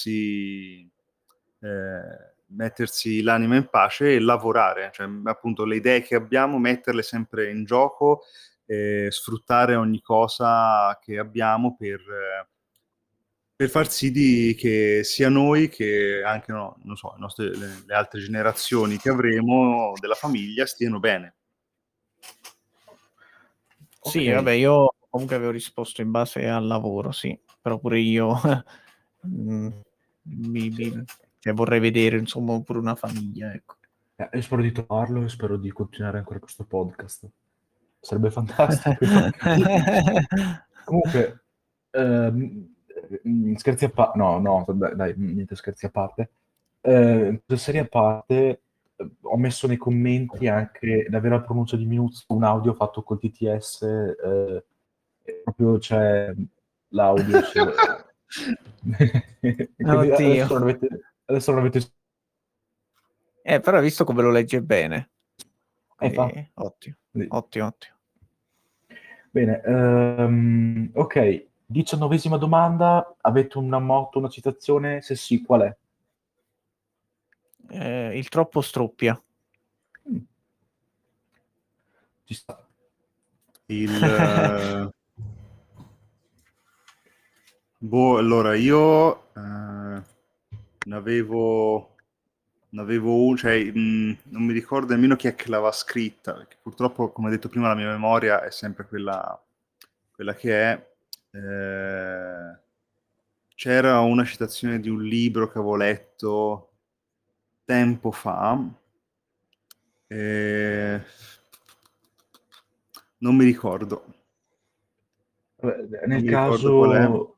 mettersi l'anima in pace e lavorare, cioè appunto le idee che abbiamo, metterle sempre in gioco, sfruttare ogni cosa che abbiamo per far sì che sia noi che anche no, non so, le altre generazioni che avremo della famiglia stiano bene. Sì, Ok. vabbè, io comunque avevo risposto in base al lavoro, sì, però pure io cioè, vorrei vedere insomma pure una famiglia, ecco. Io spero di trovarlo e spero di continuare ancora questo podcast. Sarebbe fantastico. Comunque, scherzi a parte, no, dai, niente scherzi a parte. Serie a parte, ho messo nei commenti anche la vera pronuncia di Minuzzo, un audio fatto col TTS, e proprio c'è l'audio. Quindi Oddio. adesso non avete. Però hai visto come lo legge bene. Fa. Ottimo, Sì. ottimo. Bene, ok, 19ª domanda, avete una motto, una citazione? Se sì, qual è? Il troppo struppia. Ci sta. Allora io ne avevo uno, cioè, non mi ricordo nemmeno chi è che l'aveva scritta, perché purtroppo, come ho detto prima, la mia memoria è sempre quella che è. C'era una citazione di un libro che avevo letto tempo fa, non mi ricordo. Nel Non mi ricordo qual è. caso,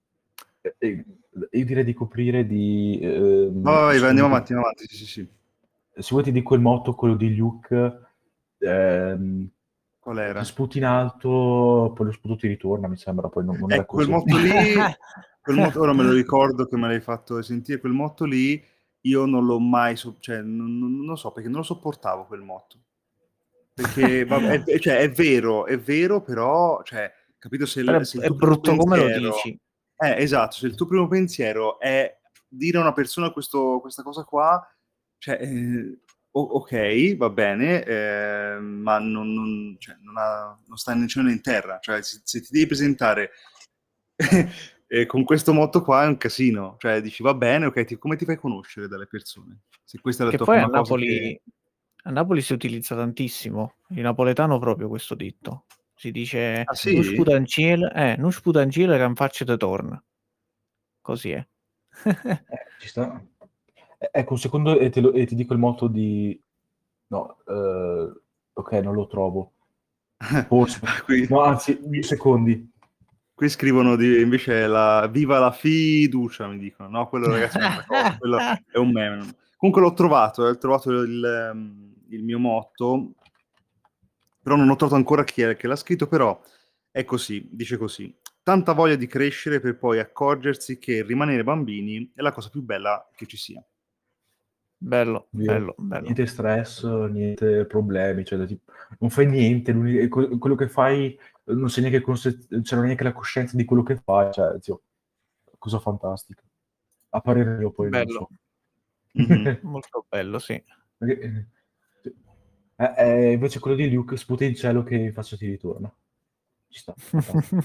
io direi di coprire di. Vai, Se andiamo volete, avanti, sì. se vuoi ti dico il motto, quello di Luke, Qual era? Sputi in alto, poi lo sputo ti ritorna, mi sembra, poi non era Quel così. motto lì, ora me lo ricordo che me l'hai fatto sentire, quel motto lì io non l'ho mai, cioè non lo so, perché non lo sopportavo quel motto. Perché cioè, è vero, però, cioè, capito, se Però il è tuo primo brutto come lo pensiero... dici. Esatto, se il tuo primo pensiero è dire a una persona questa cosa qua, cioè, ok, va bene, ma cioè, non sta né in cielo né in terra. Cioè, se ti devi presentare con questo motto qua è un casino. Cioè, dici, va bene, ok, come ti fai conoscere dalle persone? Se questa è la Che tua poi prima cosa che... a Napoli si utilizza tantissimo, in napoletano proprio questo detto. Si dice Ah, non sì? sputa in cielo, che in faccia te torna. Così è. Ci sta. Ecco, un secondo e ti dico il motto di... No, ok, non lo trovo. Forse. Qui, No, anzi, 2 secondi. qui scrivono invece viva la fiducia, mi dicono. No, quello ragazzi è un'altra cosa, quello è un meme. Comunque l'ho trovato il mio motto, però non ho trovato ancora chi è che l'ha scritto, però è così, dice così. Tanta voglia di crescere per poi accorgersi che rimanere bambini è la cosa più bella che ci sia. Bello, Via. bello, bello. Niente stress, niente problemi, cioè, tipo, non fai niente, quello che fai non sei neanche cioè, non hai neanche la coscienza di quello che fai, cioè, zio, cosa fantastica. A parere mio, poi non Bello. so. Mhm. Molto bello, sì. Perché, invece quello di Luke sputa in cielo che in faccia ti ritorna. Ci sta, fantastico.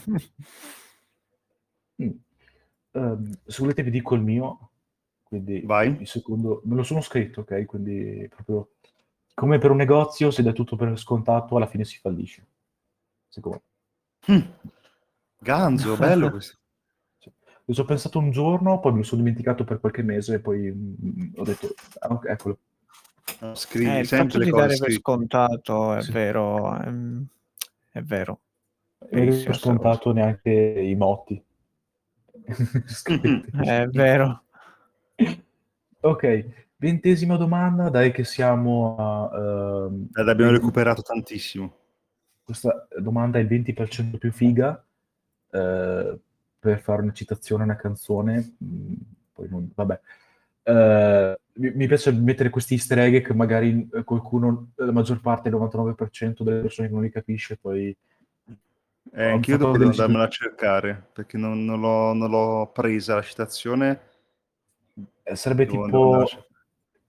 Se volete vi dico il mio, quindi Vai. il secondo, me lo sono scritto, ok? Quindi proprio come per un negozio, se dai tutto per scontato, alla fine si fallisce. Secondo Hm. Ganzo, bello questo. me. Io ci ho pensato un giorno, poi me lo sono dimenticato per qualche mese e poi ho detto, ah, ok, eccolo. Scrivi Il sempre fatto le di cose dare per scritte. scontato è Sì. vero, è vero. Non avevo Verissima sta cosa. scontato neanche i motti. Scritti. È vero. Ok, 20ª domanda, dai che siamo a... Abbiamo recuperato tantissimo. Questa domanda è il 20% più figa, per fare una citazione a una canzone, poi vabbè. Mi piace mettere questi easter egg che magari qualcuno, la maggior parte, il 99% delle persone che non li capisce, poi ho Anch'io fatto dopo delle devo andarmela a cercare, perché non l'ho presa la citazione. sarebbe Devo andare a tipo cercare.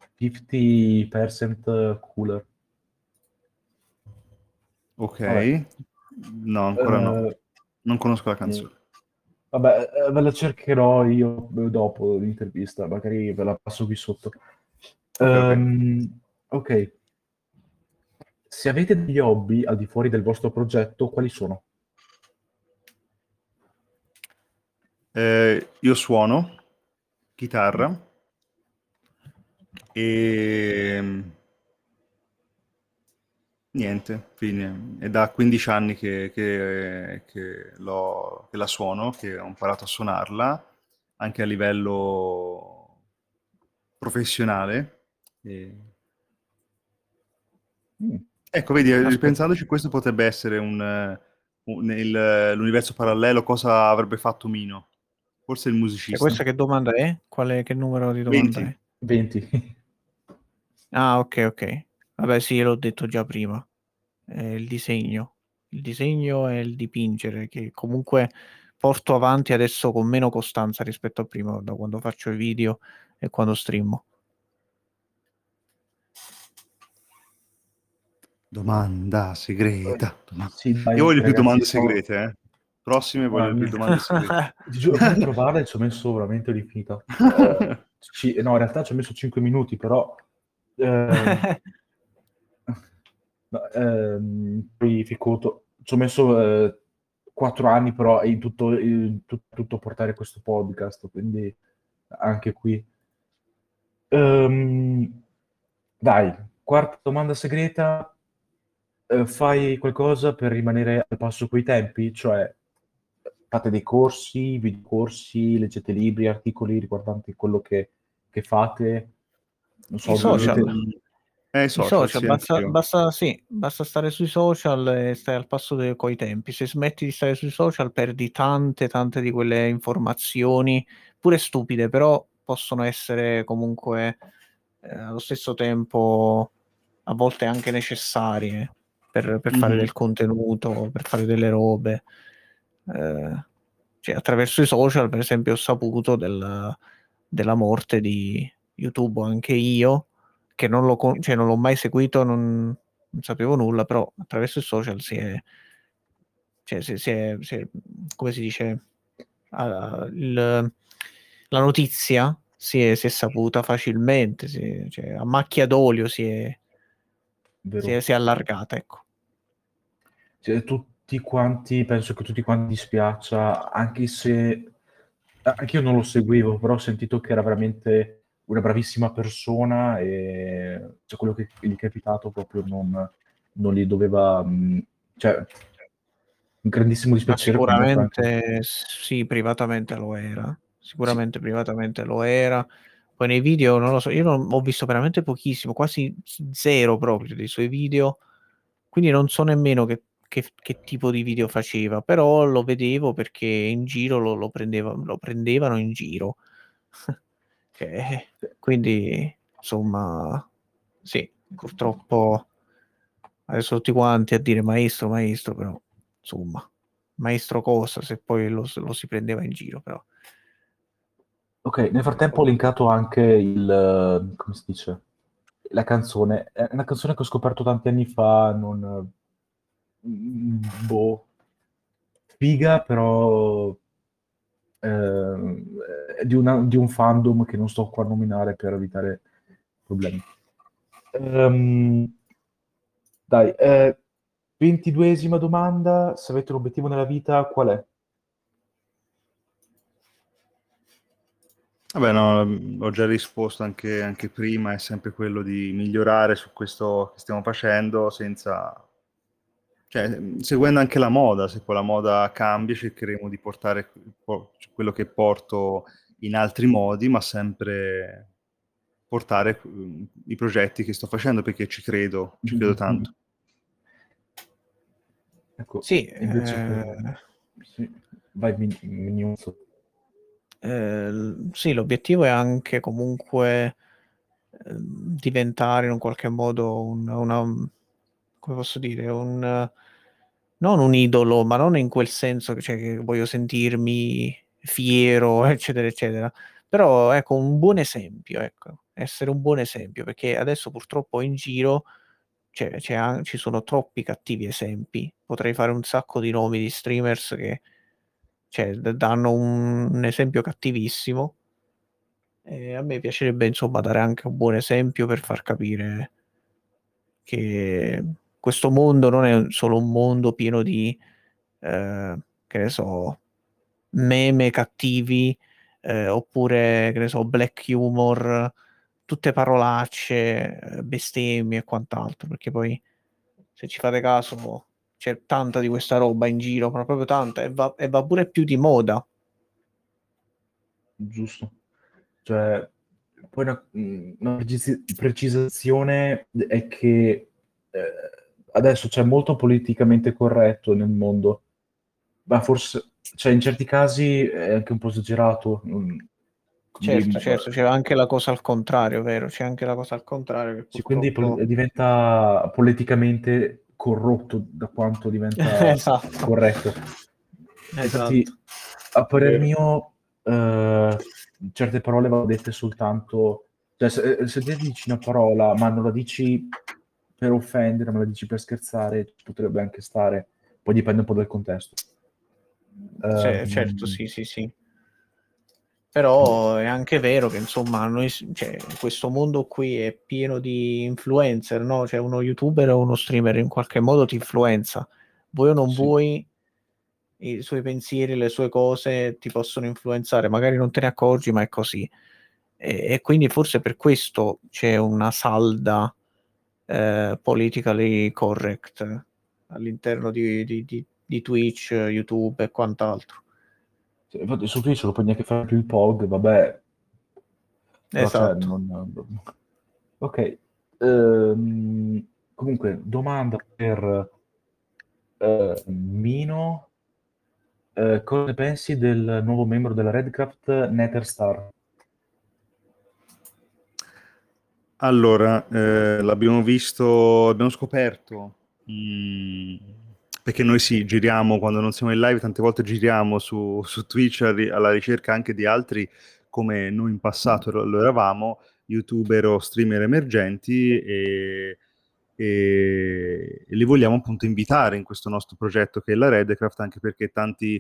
50% cooler. Ok, Vabbè. no, ancora no. Eh, Non conosco la canzone. Vabbè, ve la cercherò io dopo l'intervista, magari ve la passo qui sotto. Ok. Ok, se avete degli hobby al di fuori del vostro progetto, quali sono? Io suono chitarra e niente, fine. È da 15 anni che la suono, che ho imparato a suonarla, anche a livello professionale. Mm, Ecco, vedi, Aspetta, ripensandoci, questo potrebbe essere l'universo parallelo, cosa avrebbe fatto Mino? Forse il E musicista. questa che domanda è? Che numero di domanda 20. è? 20. Ah, ok. Vabbè, sì, l'ho detto già prima. Il disegno. Il disegno e il dipingere, che comunque porto avanti adesso con meno costanza rispetto a prima, da quando faccio i video e quando streamo. Domanda segreta. Sì, Io dai, voglio più ragazzi, domande segrete, eh. Prossime voglio più domande segrete. ti giuro, per trovarle ci ho messo veramente l'infinita. No, in realtà ci ho messo 5 minuti, però... no, poi Ficoto, ci ho messo 4 anni, però tutto portare questo podcast, quindi anche qui. Dai, quarta domanda segreta. Fai qualcosa per rimanere al passo coi tempi? Cioè, fate dei corsi, videocorsi, leggete libri, articoli riguardanti quello che fate? Non I so, social. I I social, social, sì, basta, anch'io. basta stare sui social e stai al passo coi tempi. Se smetti di stare sui social perdi tante di quelle informazioni, pure stupide, però possono essere comunque allo stesso tempo a volte anche necessarie per fare Mhm. del contenuto, per fare delle robe. Cioè, attraverso i social, per esempio, ho saputo della morte di YouTube, anche io che cioè, non l'ho mai seguito, non sapevo nulla, però attraverso i social cioè, come si dice, la notizia si è saputa facilmente, cioè, a macchia d'olio vero? si è allargata, ecco. Cioè, tutti quanti, penso che tutti quanti dispiaccia, anche se anche io non lo seguivo, però ho sentito che era veramente una bravissima persona e cioè, quello che gli è capitato proprio non gli doveva, cioè, un grandissimo Ma dispiacere per me, anche. sicuramente sì, privatamente lo era. Sicuramente privatamente lo era. Poi nei video, non lo so, io ho visto veramente pochissimo, quasi zero proprio dei suoi video, quindi non so nemmeno che tipo di video faceva, però lo vedevo perché in giro lo prendevano in giro. Quindi, insomma, sì, purtroppo adesso tutti quanti a dire maestro, maestro, però, insomma, maestro cosa se poi lo si prendeva in giro, però. Ok, nel frattempo ho linkato anche come si dice, la canzone. È una canzone che ho scoperto tanti anni fa, non, boh, figa, però di un fandom che non sto qua a nominare per evitare problemi. Dai, 22esima domanda, se avete un obiettivo nella vita, qual è? Vabbè, no, ho già risposto anche prima, è sempre quello di migliorare su questo che stiamo facendo senza, cioè, seguendo anche la moda, se poi la moda cambia cercheremo di portare quello che porto in altri modi, ma sempre portare i progetti che sto facendo perché ci credo tanto. Ecco, Sì, invece sì, vai Mignuzzo. sì, l'obiettivo è anche comunque diventare in un qualche modo come posso dire, non un idolo, ma non in quel senso che, cioè, che voglio sentirmi fiero, eccetera, eccetera. Però ecco, un buon esempio, ecco, essere un buon esempio, perché adesso purtroppo in giro ci sono troppi cattivi esempi. Potrei fare un sacco di nomi di streamers che cioè, danno un esempio cattivissimo. E a me piacerebbe, insomma, dare anche un buon esempio per far capire che questo mondo non è solo un mondo pieno di, che ne so, meme cattivi, oppure, che ne so, black humor, tutte parolacce, bestemmie e quant'altro, perché poi, se ci fate caso, c'è tanta di questa roba in giro, ma proprio tanta, e va pure più di moda. Giusto. Cioè, poi una precisazione è che adesso c'è molto politicamente corretto nel mondo, ma forse, cioè, in certi casi è anche un po' esagerato. Certo, certo, c'è anche la cosa al contrario, vero? C'è anche la cosa al contrario che Sì, quindi purtroppo... diventa politicamente corrotto da quanto diventa Esatto. corretto. Infatti, Esatto. a parer Vero. mio, certe parole vanno dette soltanto... Cioè, se te dici una parola, ma non la dici per offendere, ma la dici per scherzare, ci potrebbe anche stare. Poi dipende un po' dal contesto. Certo, sì, sì, sì. Però è anche vero che, insomma, cioè, questo mondo qui è pieno di influencer, no? Cioè, uno youtuber o uno streamer in qualche modo ti influenza. Vuoi o non Sì. vuoi, i suoi pensieri, le sue cose ti possono influenzare. Magari non te ne accorgi, ma è così. E quindi forse per questo c'è una salda politically correct all'interno di Twitch, YouTube e quant'altro. Sì, infatti su Twitch lo puoi neanche fare più il POG, vabbè. Però c'è, Esatto. Ok. Comunque, domanda per Mino. Cosa ne pensi del nuovo membro della Redcraft, Netherstar? Allora, l'abbiamo visto, abbiamo scoperto, perché noi sì, giriamo, quando non siamo in live, tante volte giriamo su Twitch alla ricerca anche di altri, come noi in passato lo eravamo, youtuber o streamer emergenti, e li vogliamo appunto invitare in questo nostro progetto che è la Redcraft, anche perché tanti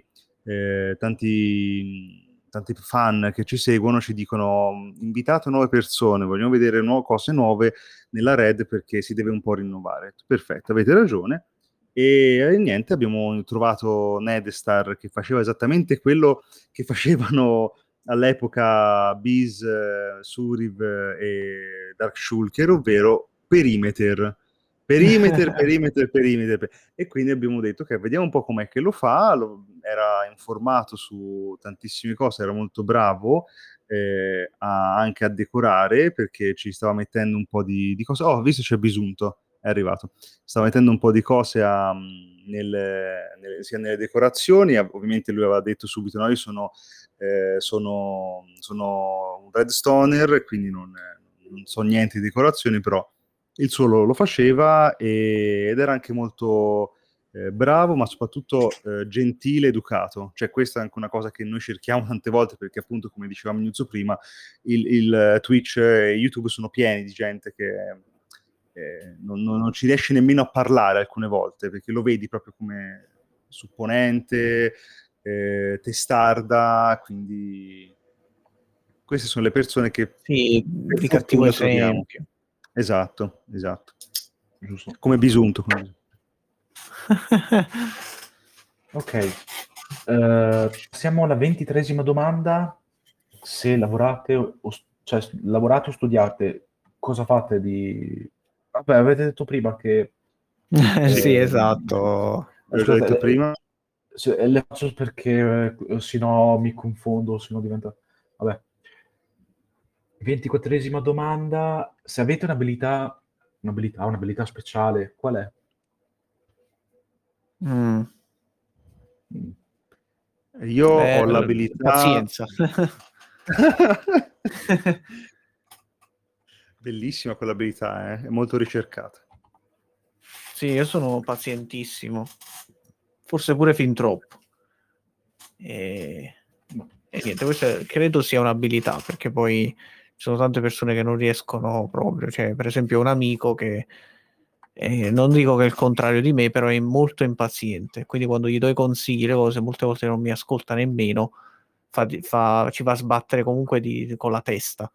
fan che ci seguono ci dicono invitate nuove persone, vogliamo vedere cose nuove nella Red perché si deve un po' rinnovare. Perfetto, avete ragione. E niente, abbiamo trovato Nedestar che faceva esattamente quello che facevano all'epoca Biz, Suriv e Dark Shulker, ovvero perimeter. Perimeter. E quindi abbiamo detto che vediamo un po' com'è che lo fa. Era informato su tantissime cose, era molto bravo anche a decorare, perché ci stava mettendo un po' di cose. Oh, visto c'è Bisunto, è arrivato. Stava mettendo un po' di cose sia nelle decorazioni. Ovviamente lui aveva detto subito: no, io sono un redstoner, quindi non so niente di decorazioni, però il suo lo faceva, ed era anche molto bravo, ma soprattutto gentile, educato. Cioè, questa è anche una cosa che noi cerchiamo tante volte, perché appunto, come dicevamo Nuzzo prima, il Twitch e YouTube sono pieni di gente che non ci riesce nemmeno a parlare alcune volte, perché lo vedi proprio come supponente, testarda, quindi queste sono le persone che Sì, per di cattivo fortuna troviamo. esempio. Esatto. Giusto. Come Bisunto. Ok. Passiamo alla 23esima domanda. Se lavorate lavorate o studiate, cosa fate di... Vabbè, avete detto prima che... Sì, esatto. L'ho già detto prima. Le faccio perché se no mi confondo, se no diventa... Vabbè. 24esima domanda. Se avete un'abilità speciale, qual è? Mm. Io ho l'abilità... Pazienza. Bellissima quell'abilità, è molto ricercata. Sì, io sono pazientissimo. Forse pure fin troppo. E niente, questa credo sia un'abilità, perché poi ci sono tante persone che non riescono proprio. Cioè, per esempio, un amico che non dico che è il contrario di me, però è molto impaziente. Quindi quando gli do i consigli, le cose, molte volte non mi ascolta nemmeno, ci fa a sbattere comunque con la testa.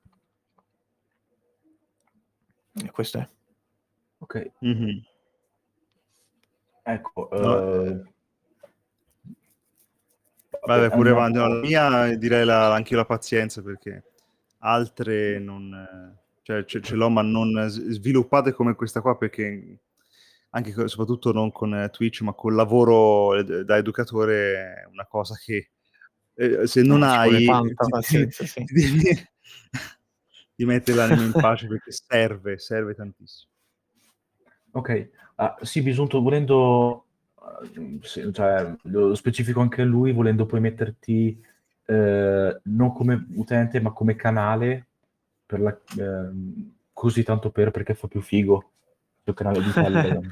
E questo è. Ok. Mm-hmm. Ecco. Vabbè, pure avanti. No, la mia direi anche io la pazienza, perché altre non... Cioè, ce l'ho, ma non sviluppate come questa qua, perché anche soprattutto non con Twitch, ma col lavoro da educatore, è una cosa che se non Ci vuole hai tanta pazienza, sì. ti metti l'anima in pace, perché serve tantissimo. Ok, sì, Bisunto, volendo, cioè, lo specifico anche a lui, volendo poi metterti non come utente, ma come canale, così tanto perché fa più figo il canale di Telegram.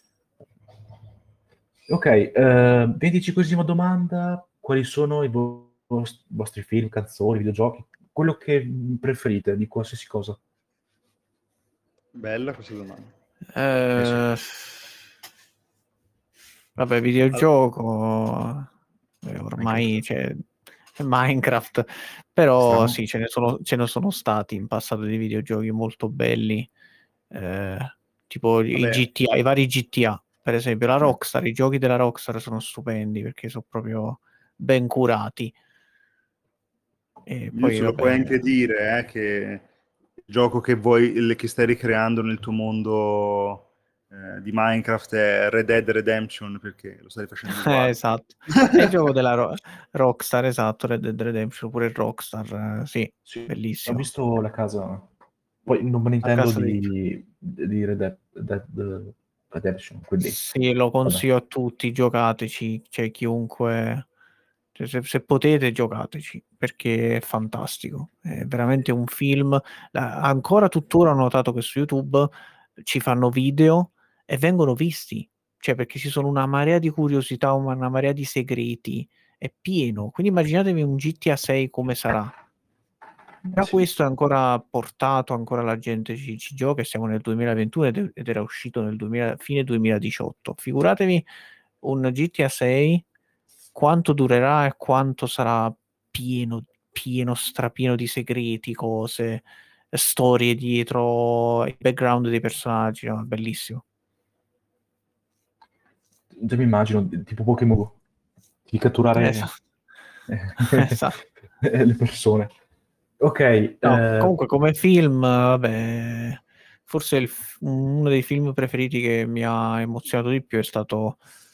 Ok, 25esima domanda. Quali sono i vostri film, canzoni, videogiochi? Quello che preferite di qualsiasi cosa? Bella questa domanda. Vabbè, videogioco ormai c'è Minecraft, però sì, ce ne sono stati in passato di videogiochi molto belli, tipo i GTA, i vari GTA, per esempio la Rockstar, i giochi della Rockstar sono stupendi perché sono proprio ben curati. E poi lo puoi anche dire che il gioco che stai ricreando nel tuo mondo di Minecraft è Red Dead Redemption, perché lo stai facendo uguale. Esatto, è il gioco della Rockstar, esatto, Red Dead Redemption, pure il Rockstar, sì, bellissimo. Ho visto la casa. Poi non me ne A intendo casa di Red Dead Redemption, quindi Sì, lo vabbè. consiglio a tutti, giocateci, cioè chiunque, cioè, se potete giocateci, perché è fantastico, è veramente un film. Ancora tuttora ho notato che su YouTube ci fanno video e vengono visti, cioè perché ci sono una marea di curiosità, una marea di segreti, è pieno, quindi immaginatevi un GTA 6 come sarà. Già Sì. questo è ancora portato, ancora la gente ci gioca e siamo nel 2021 ed era uscito nel fine 2018. Figuratevi un GTA 6 quanto durerà e quanto sarà pieno, strapieno di segreti, cose, storie dietro, il background dei personaggi, no? Bellissimo. Già mi immagino, tipo Pokémon Go, di catturare Esatto. Esatto. le persone. Ok, No, comunque come film, vabbè, forse uno dei film preferiti che mi ha emozionato di più è stato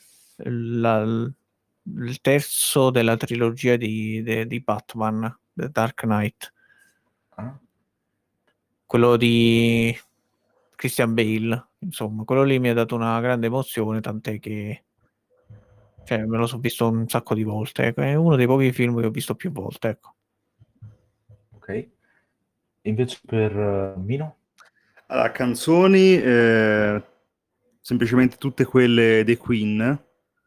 il terzo della trilogia di Batman, The Dark Knight, ah, quello di Christian Bale, insomma, quello lì mi ha dato una grande emozione, tant'è che cioè, me lo sono visto un sacco di volte, ecco, è uno dei pochi film che ho visto più volte, ecco. ok. Invece per Mino? Allora, canzoni, semplicemente tutte quelle dei Queen,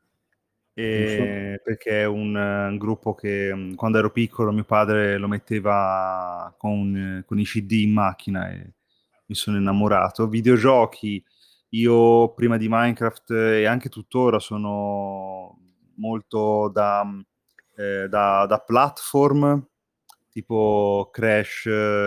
Giusto? perché è un gruppo che quando ero piccolo mio padre lo metteva con i CD in macchina e mi sono innamorato. Videogiochi, io prima di Minecraft e anche tuttora sono molto da platform, tipo Crash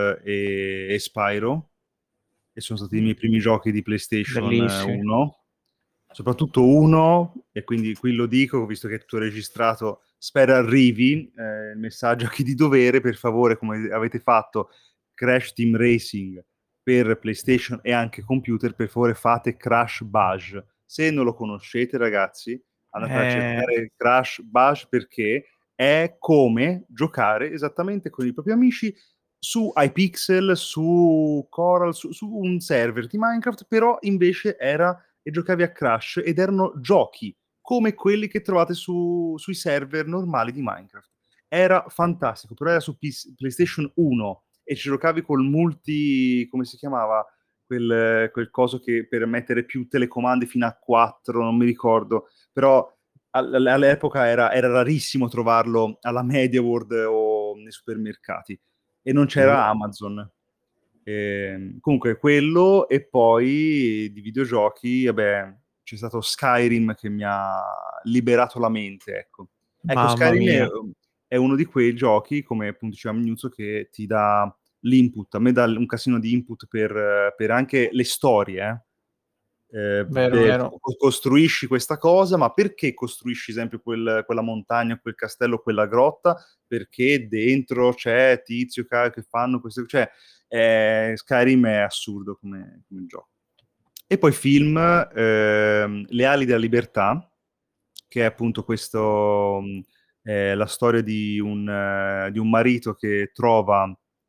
e Spyro, e sono stati i miei primi giochi di PlayStation Bellissimi. 1, soprattutto uno, e quindi qui lo dico, visto che è tutto registrato, spero arrivi il messaggio a chi di dovere, per favore, come avete fatto Crash Team Racing per PlayStation e anche computer, per favore fate Crash Bash. Se non lo conoscete, ragazzi, andate a Eh, cercare Crash Bash, perché è come giocare esattamente con i propri amici su iPixel, su Coral, su un server di Minecraft, però invece era e giocavi a Crash ed erano giochi come quelli che trovate sui server normali di Minecraft. Era fantastico, però era su PlayStation 1 e ci giocavi col multi, come si chiamava? Quel coso che per mettere più telecomande fino a 4, non mi ricordo, però all'epoca era rarissimo trovarlo alla MediaWorld o nei supermercati e non c'era Amazon. Comunque quello, e poi di videogiochi, vabbè, c'è stato Skyrim che mi ha liberato la mente, ecco. Ecco, mamma Skyrim mia. è uno di quei giochi, come appunto diceva Mignuzzo, che ti dà l'input. A me dà un casino di input per anche le storie, Vero, vero. costruisci questa cosa, ma perché costruisci, ad esempio, quella montagna, quel castello, quella grotta? Perché dentro c'è tizio che fanno queste... Cioè, Skyrim è assurdo come gioco. E poi film, Le ali della libertà, che è appunto questo, la storia di un marito che trova,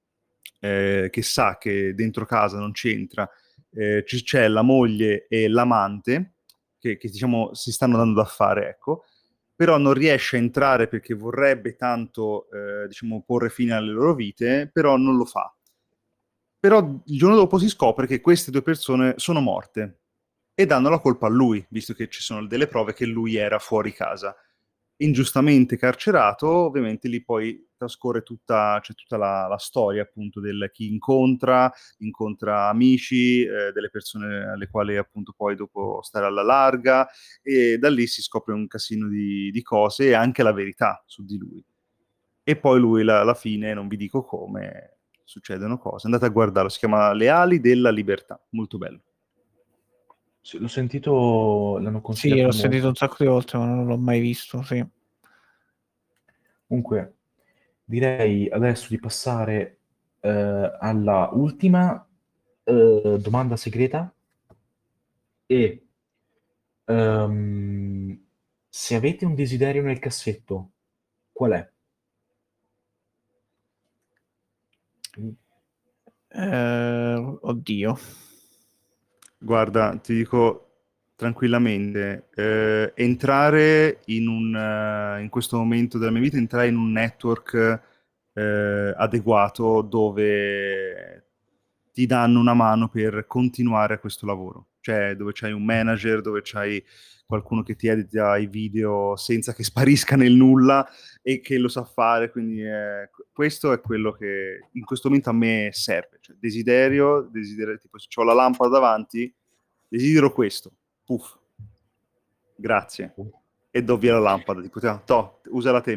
che sa che dentro casa non c'entra, c'è la moglie e l'amante, che diciamo si stanno dando da fare, ecco, però non riesce a entrare perché vorrebbe tanto, diciamo, porre fine alle loro vite, però non lo fa. Però il giorno dopo si scopre che queste due persone sono morte e danno la colpa a lui, visto che ci sono delle prove che lui era fuori casa. Ingiustamente carcerato, ovviamente lì poi trascorre c'è tutta la storia appunto del chi incontra amici, delle persone alle quali appunto poi dopo stare alla larga, e da lì si scopre un casino di cose e anche la verità su di lui. E poi lui, alla fine, non vi dico come, succedono cose. Andate a guardarlo, si chiama Le ali della libertà, molto bello. Sì, l'ho sentito, l'hanno Sì, consigliato l'ho sentito un molto. sacco di volte, ma non l'ho mai visto, sì. Comunque, direi adesso di passare alla ultima domanda segreta e ehm, se avete un desiderio nel cassetto, qual è? Oddio. Guarda, ti dico tranquillamente, entrare in questo momento della mia vita, entrare in un network adeguato dove ti danno una mano per continuare questo lavoro. Cioè, dove c'hai un manager, dove c'hai qualcuno che ti edita i video senza che sparisca nel nulla e che lo sa fare. Quindi questo è quello che in questo momento a me serve. Cioè, desiderio, tipo se ho la lampada davanti, desidero questo. Puff. Grazie. E do via la lampada. Tipo, usa la te,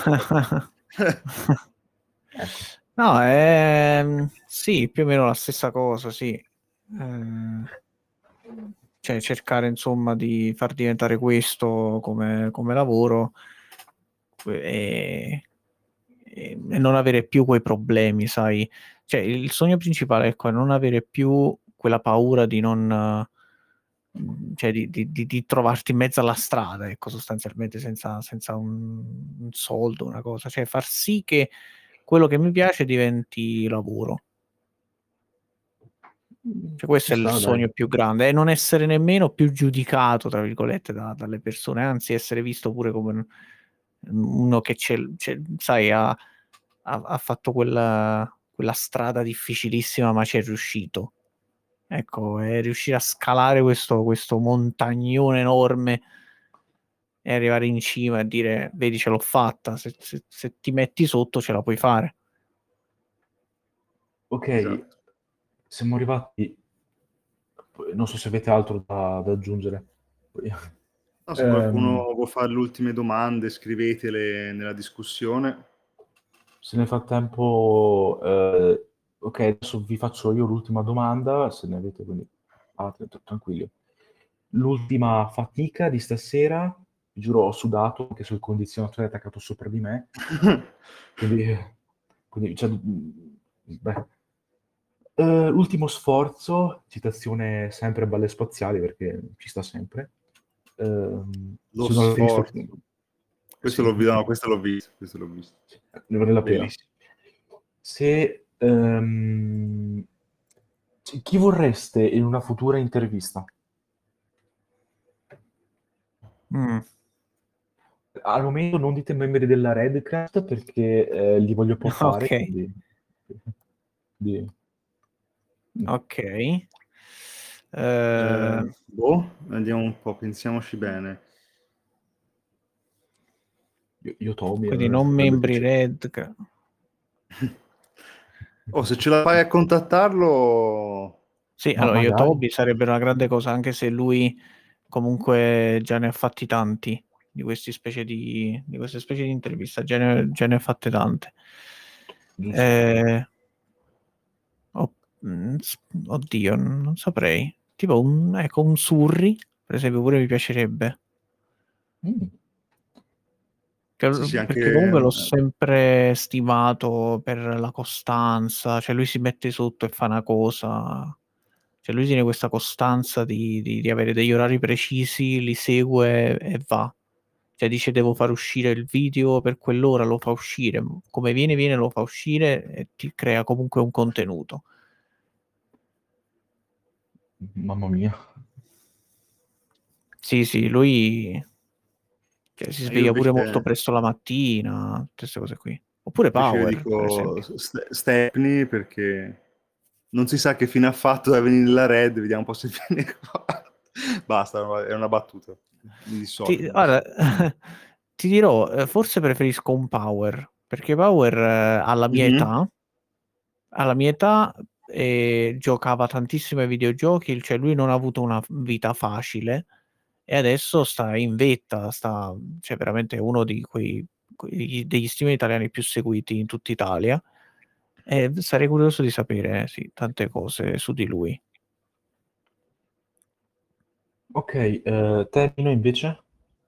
No, sì, più o meno la stessa cosa, sì. Cioè, cercare insomma di far diventare questo come lavoro e non avere più quei problemi, sai. Cioè, il sogno principale è non avere più quella paura di non... cioè di trovarti in mezzo alla strada, ecco, sostanzialmente senza un soldo, una cosa. Cioè, far sì che quello che mi piace diventi lavoro. Cioè, questo è il sogno più grande, è non essere nemmeno più giudicato, tra virgolette, dalle persone, anzi essere visto pure come uno che sai, ha fatto quella strada difficilissima, ma ci è riuscito. Ecco, è riuscire a scalare questo montagnone enorme e arrivare in cima e dire, vedi, ce l'ho fatta, se ti metti sotto ce la puoi fare. Ok, Esatto. siamo arrivati, non so se avete altro da aggiungere. No, se qualcuno vuole fare le ultime domande, scrivetele nella discussione. Se nel frattempo, ok, adesso vi faccio io l'ultima domanda, se ne avete, quindi tranquilli. L'ultima fatica di stasera, vi giuro, ho sudato anche sul condizionatore attaccato sopra di me, quindi cioè, beh. L'ultimo sforzo, citazione sempre Balle Spaziali perché ci sta sempre. Lo sono sforzo. Questo l'ho visto, no, questo l'ho visto. ne vale la pena. Bellissimo. Se chi vorreste in una futura intervista? Al momento non dite membri della Redcraft perché li voglio portare. Ok. Quindi. Ok. Andiamo un po', pensiamoci bene. Io Tommy. Quindi non membri Red. Se ce la fai a contattarlo... Sì, Ma allora io magari. Toby sarebbe una grande cosa, anche se lui comunque già ne ha fatti tanti di queste specie di intervista, già ne ha fatte tante. Oddio, non saprei. Tipo un Surri, per esempio, pure mi piacerebbe. Sì, anche... Perché comunque l'ho sempre stimato per la costanza, cioè lui si mette sotto e fa una cosa, cioè lui tiene questa costanza di avere degli orari precisi, li segue e va, cioè dice devo far uscire il video per quell'ora, lo fa uscire, come viene lo fa uscire e ti crea comunque un contenuto. Mamma mia. Sì, lui si sveglia pure molto presto la mattina, tutte queste cose qui. Oppure Power, dico, per esempio. Stepney, perché non si sa che fine ha fatto da venire nella Red, vediamo un po' se viene qua. Basta, è una battuta. Mi dissocio. Guarda, ti dirò, forse preferisco un Power, perché Power alla mia età giocava tantissimo ai videogiochi, cioè lui non ha avuto una vita facile e adesso sta in vetta, cioè veramente uno di degli streamer italiani più seguiti in tutta Italia, e sarei curioso di sapere tante cose su di lui. Ok, te Mino invece?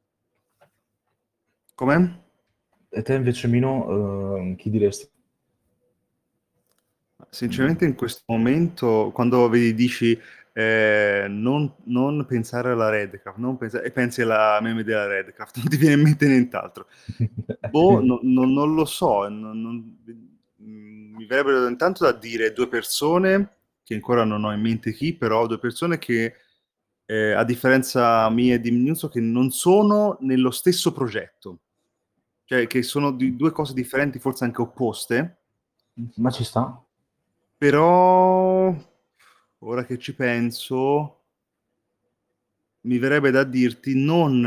Com'è? E te invece Mino, chi diresti? Sinceramente in questo momento, quando dici non pensare alla Redcraft, e pensi alla meme della Redcraft, non ti viene in mente nient'altro. Non lo so, mi mi verrebbero intanto da dire due persone, che ancora non ho in mente chi, però due persone che, a differenza mia e di Minuzzo, che non sono nello stesso progetto. Cioè, che sono di due cose differenti, forse anche opposte, Ma ci sta. però ora che ci penso, mi verrebbe da dirti non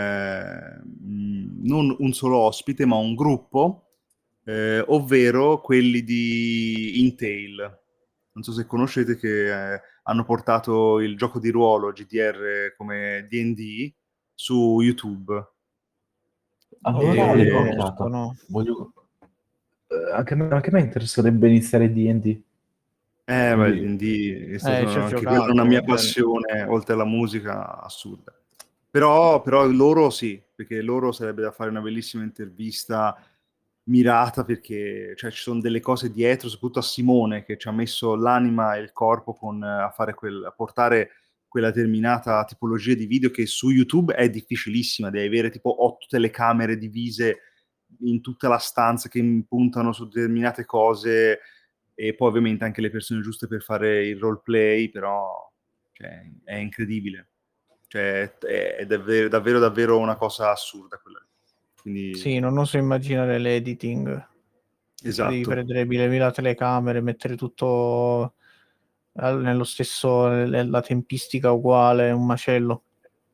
un solo ospite, ma un gruppo, ovvero quelli di Intel. Non so se conoscete che hanno portato il gioco di ruolo GDR come D&D su YouTube. Allora Non le li do E- conosco, un'occhiata. no. Voglio... anche a me interesserebbe iniziare D&D. Beh, Quindi, D&D è stata Ci ho anche quella una giocato, mia va bene. passione, oltre alla musica, assurda. Però loro sì, perché loro sarebbe da fare una bellissima intervista mirata, perché cioè, ci sono delle cose dietro, soprattutto a Simone, che ci ha messo l'anima e il corpo a fare a portare quella determinata tipologia di video che su YouTube è difficilissima, devi avere tipo 8 telecamere divise in tutta la stanza che puntano su determinate cose, e poi ovviamente anche le persone giuste per fare il roleplay, però cioè, è incredibile. Cioè, è davvero, davvero, davvero una cosa assurda quella lì. Sì, Quindi, non oso immaginare l'editing. Devi esatto. prendere 1000 telecamere, mettere tutto nello stesso, la tempistica uguale, un macello.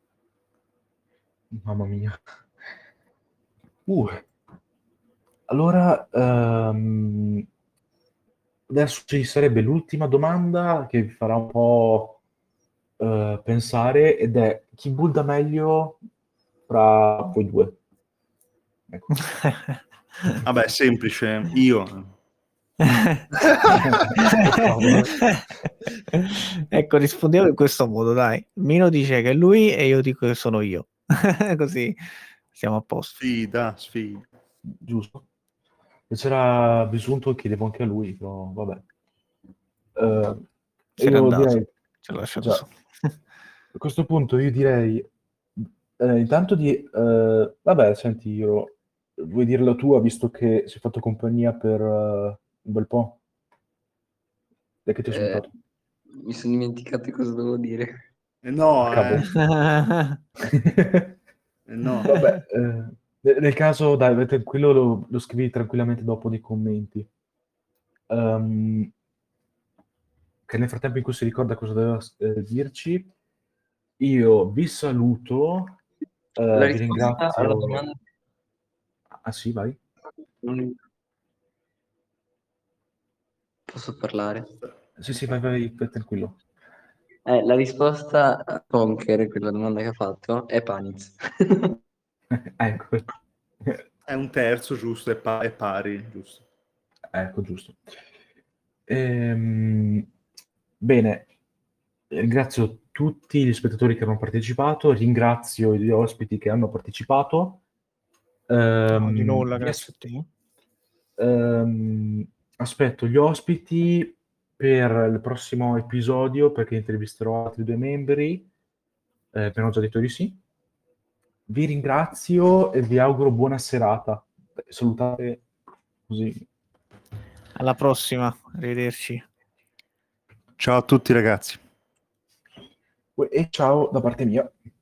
mamma mia. Allora, adesso ci sarebbe l'ultima domanda che vi farà un po' pensare, ed è: chi builda meglio fra voi due? Ecco. Vabbè, semplice, io. Ecco, rispondiamo in questo modo, dai. Mino dice che è lui e io dico che sono io. Così siamo a posto. Sfida, sfida. Giusto? Se c'era Bisunto chiedevo anche a lui, però vabbè. Se n'è Io andato. direi, Ce l'ho lasciato già, su. a questo punto io direi, intanto di, vabbè, senti, io, vuoi dire la tua, visto che si è fatto compagnia per un bel po'? Dai che ti ho Eh, salutato. mi sono dimenticato cosa dovevo dire. No, Cavolo. no. Vabbè, nel caso, dai, tranquillo, lo scrivi tranquillamente dopo nei commenti. Che nel frattempo in cui si ricorda cosa doveva dirci, io vi saluto, La vi risposta alla ringrazio. domanda Ah sì, vai. non posso parlare. Sì, sì, vai, tranquillo. La risposta a Conker, quella domanda che ha fatto, è Paniz. Ecco. È un terzo, giusto, è pari, giusto. Ecco, giusto. Bene, ringrazio tutti gli spettatori che hanno partecipato, ringrazio gli ospiti che hanno partecipato. No, di nulla, Vi grazie a te. aspetto gli ospiti per il prossimo episodio, perché intervisterò altri due membri. Abbiamo già detto di sì. Vi ringrazio e vi auguro buona serata. Salutate così. Alla prossima, arrivederci. Ciao a tutti ragazzi. E ciao da parte mia.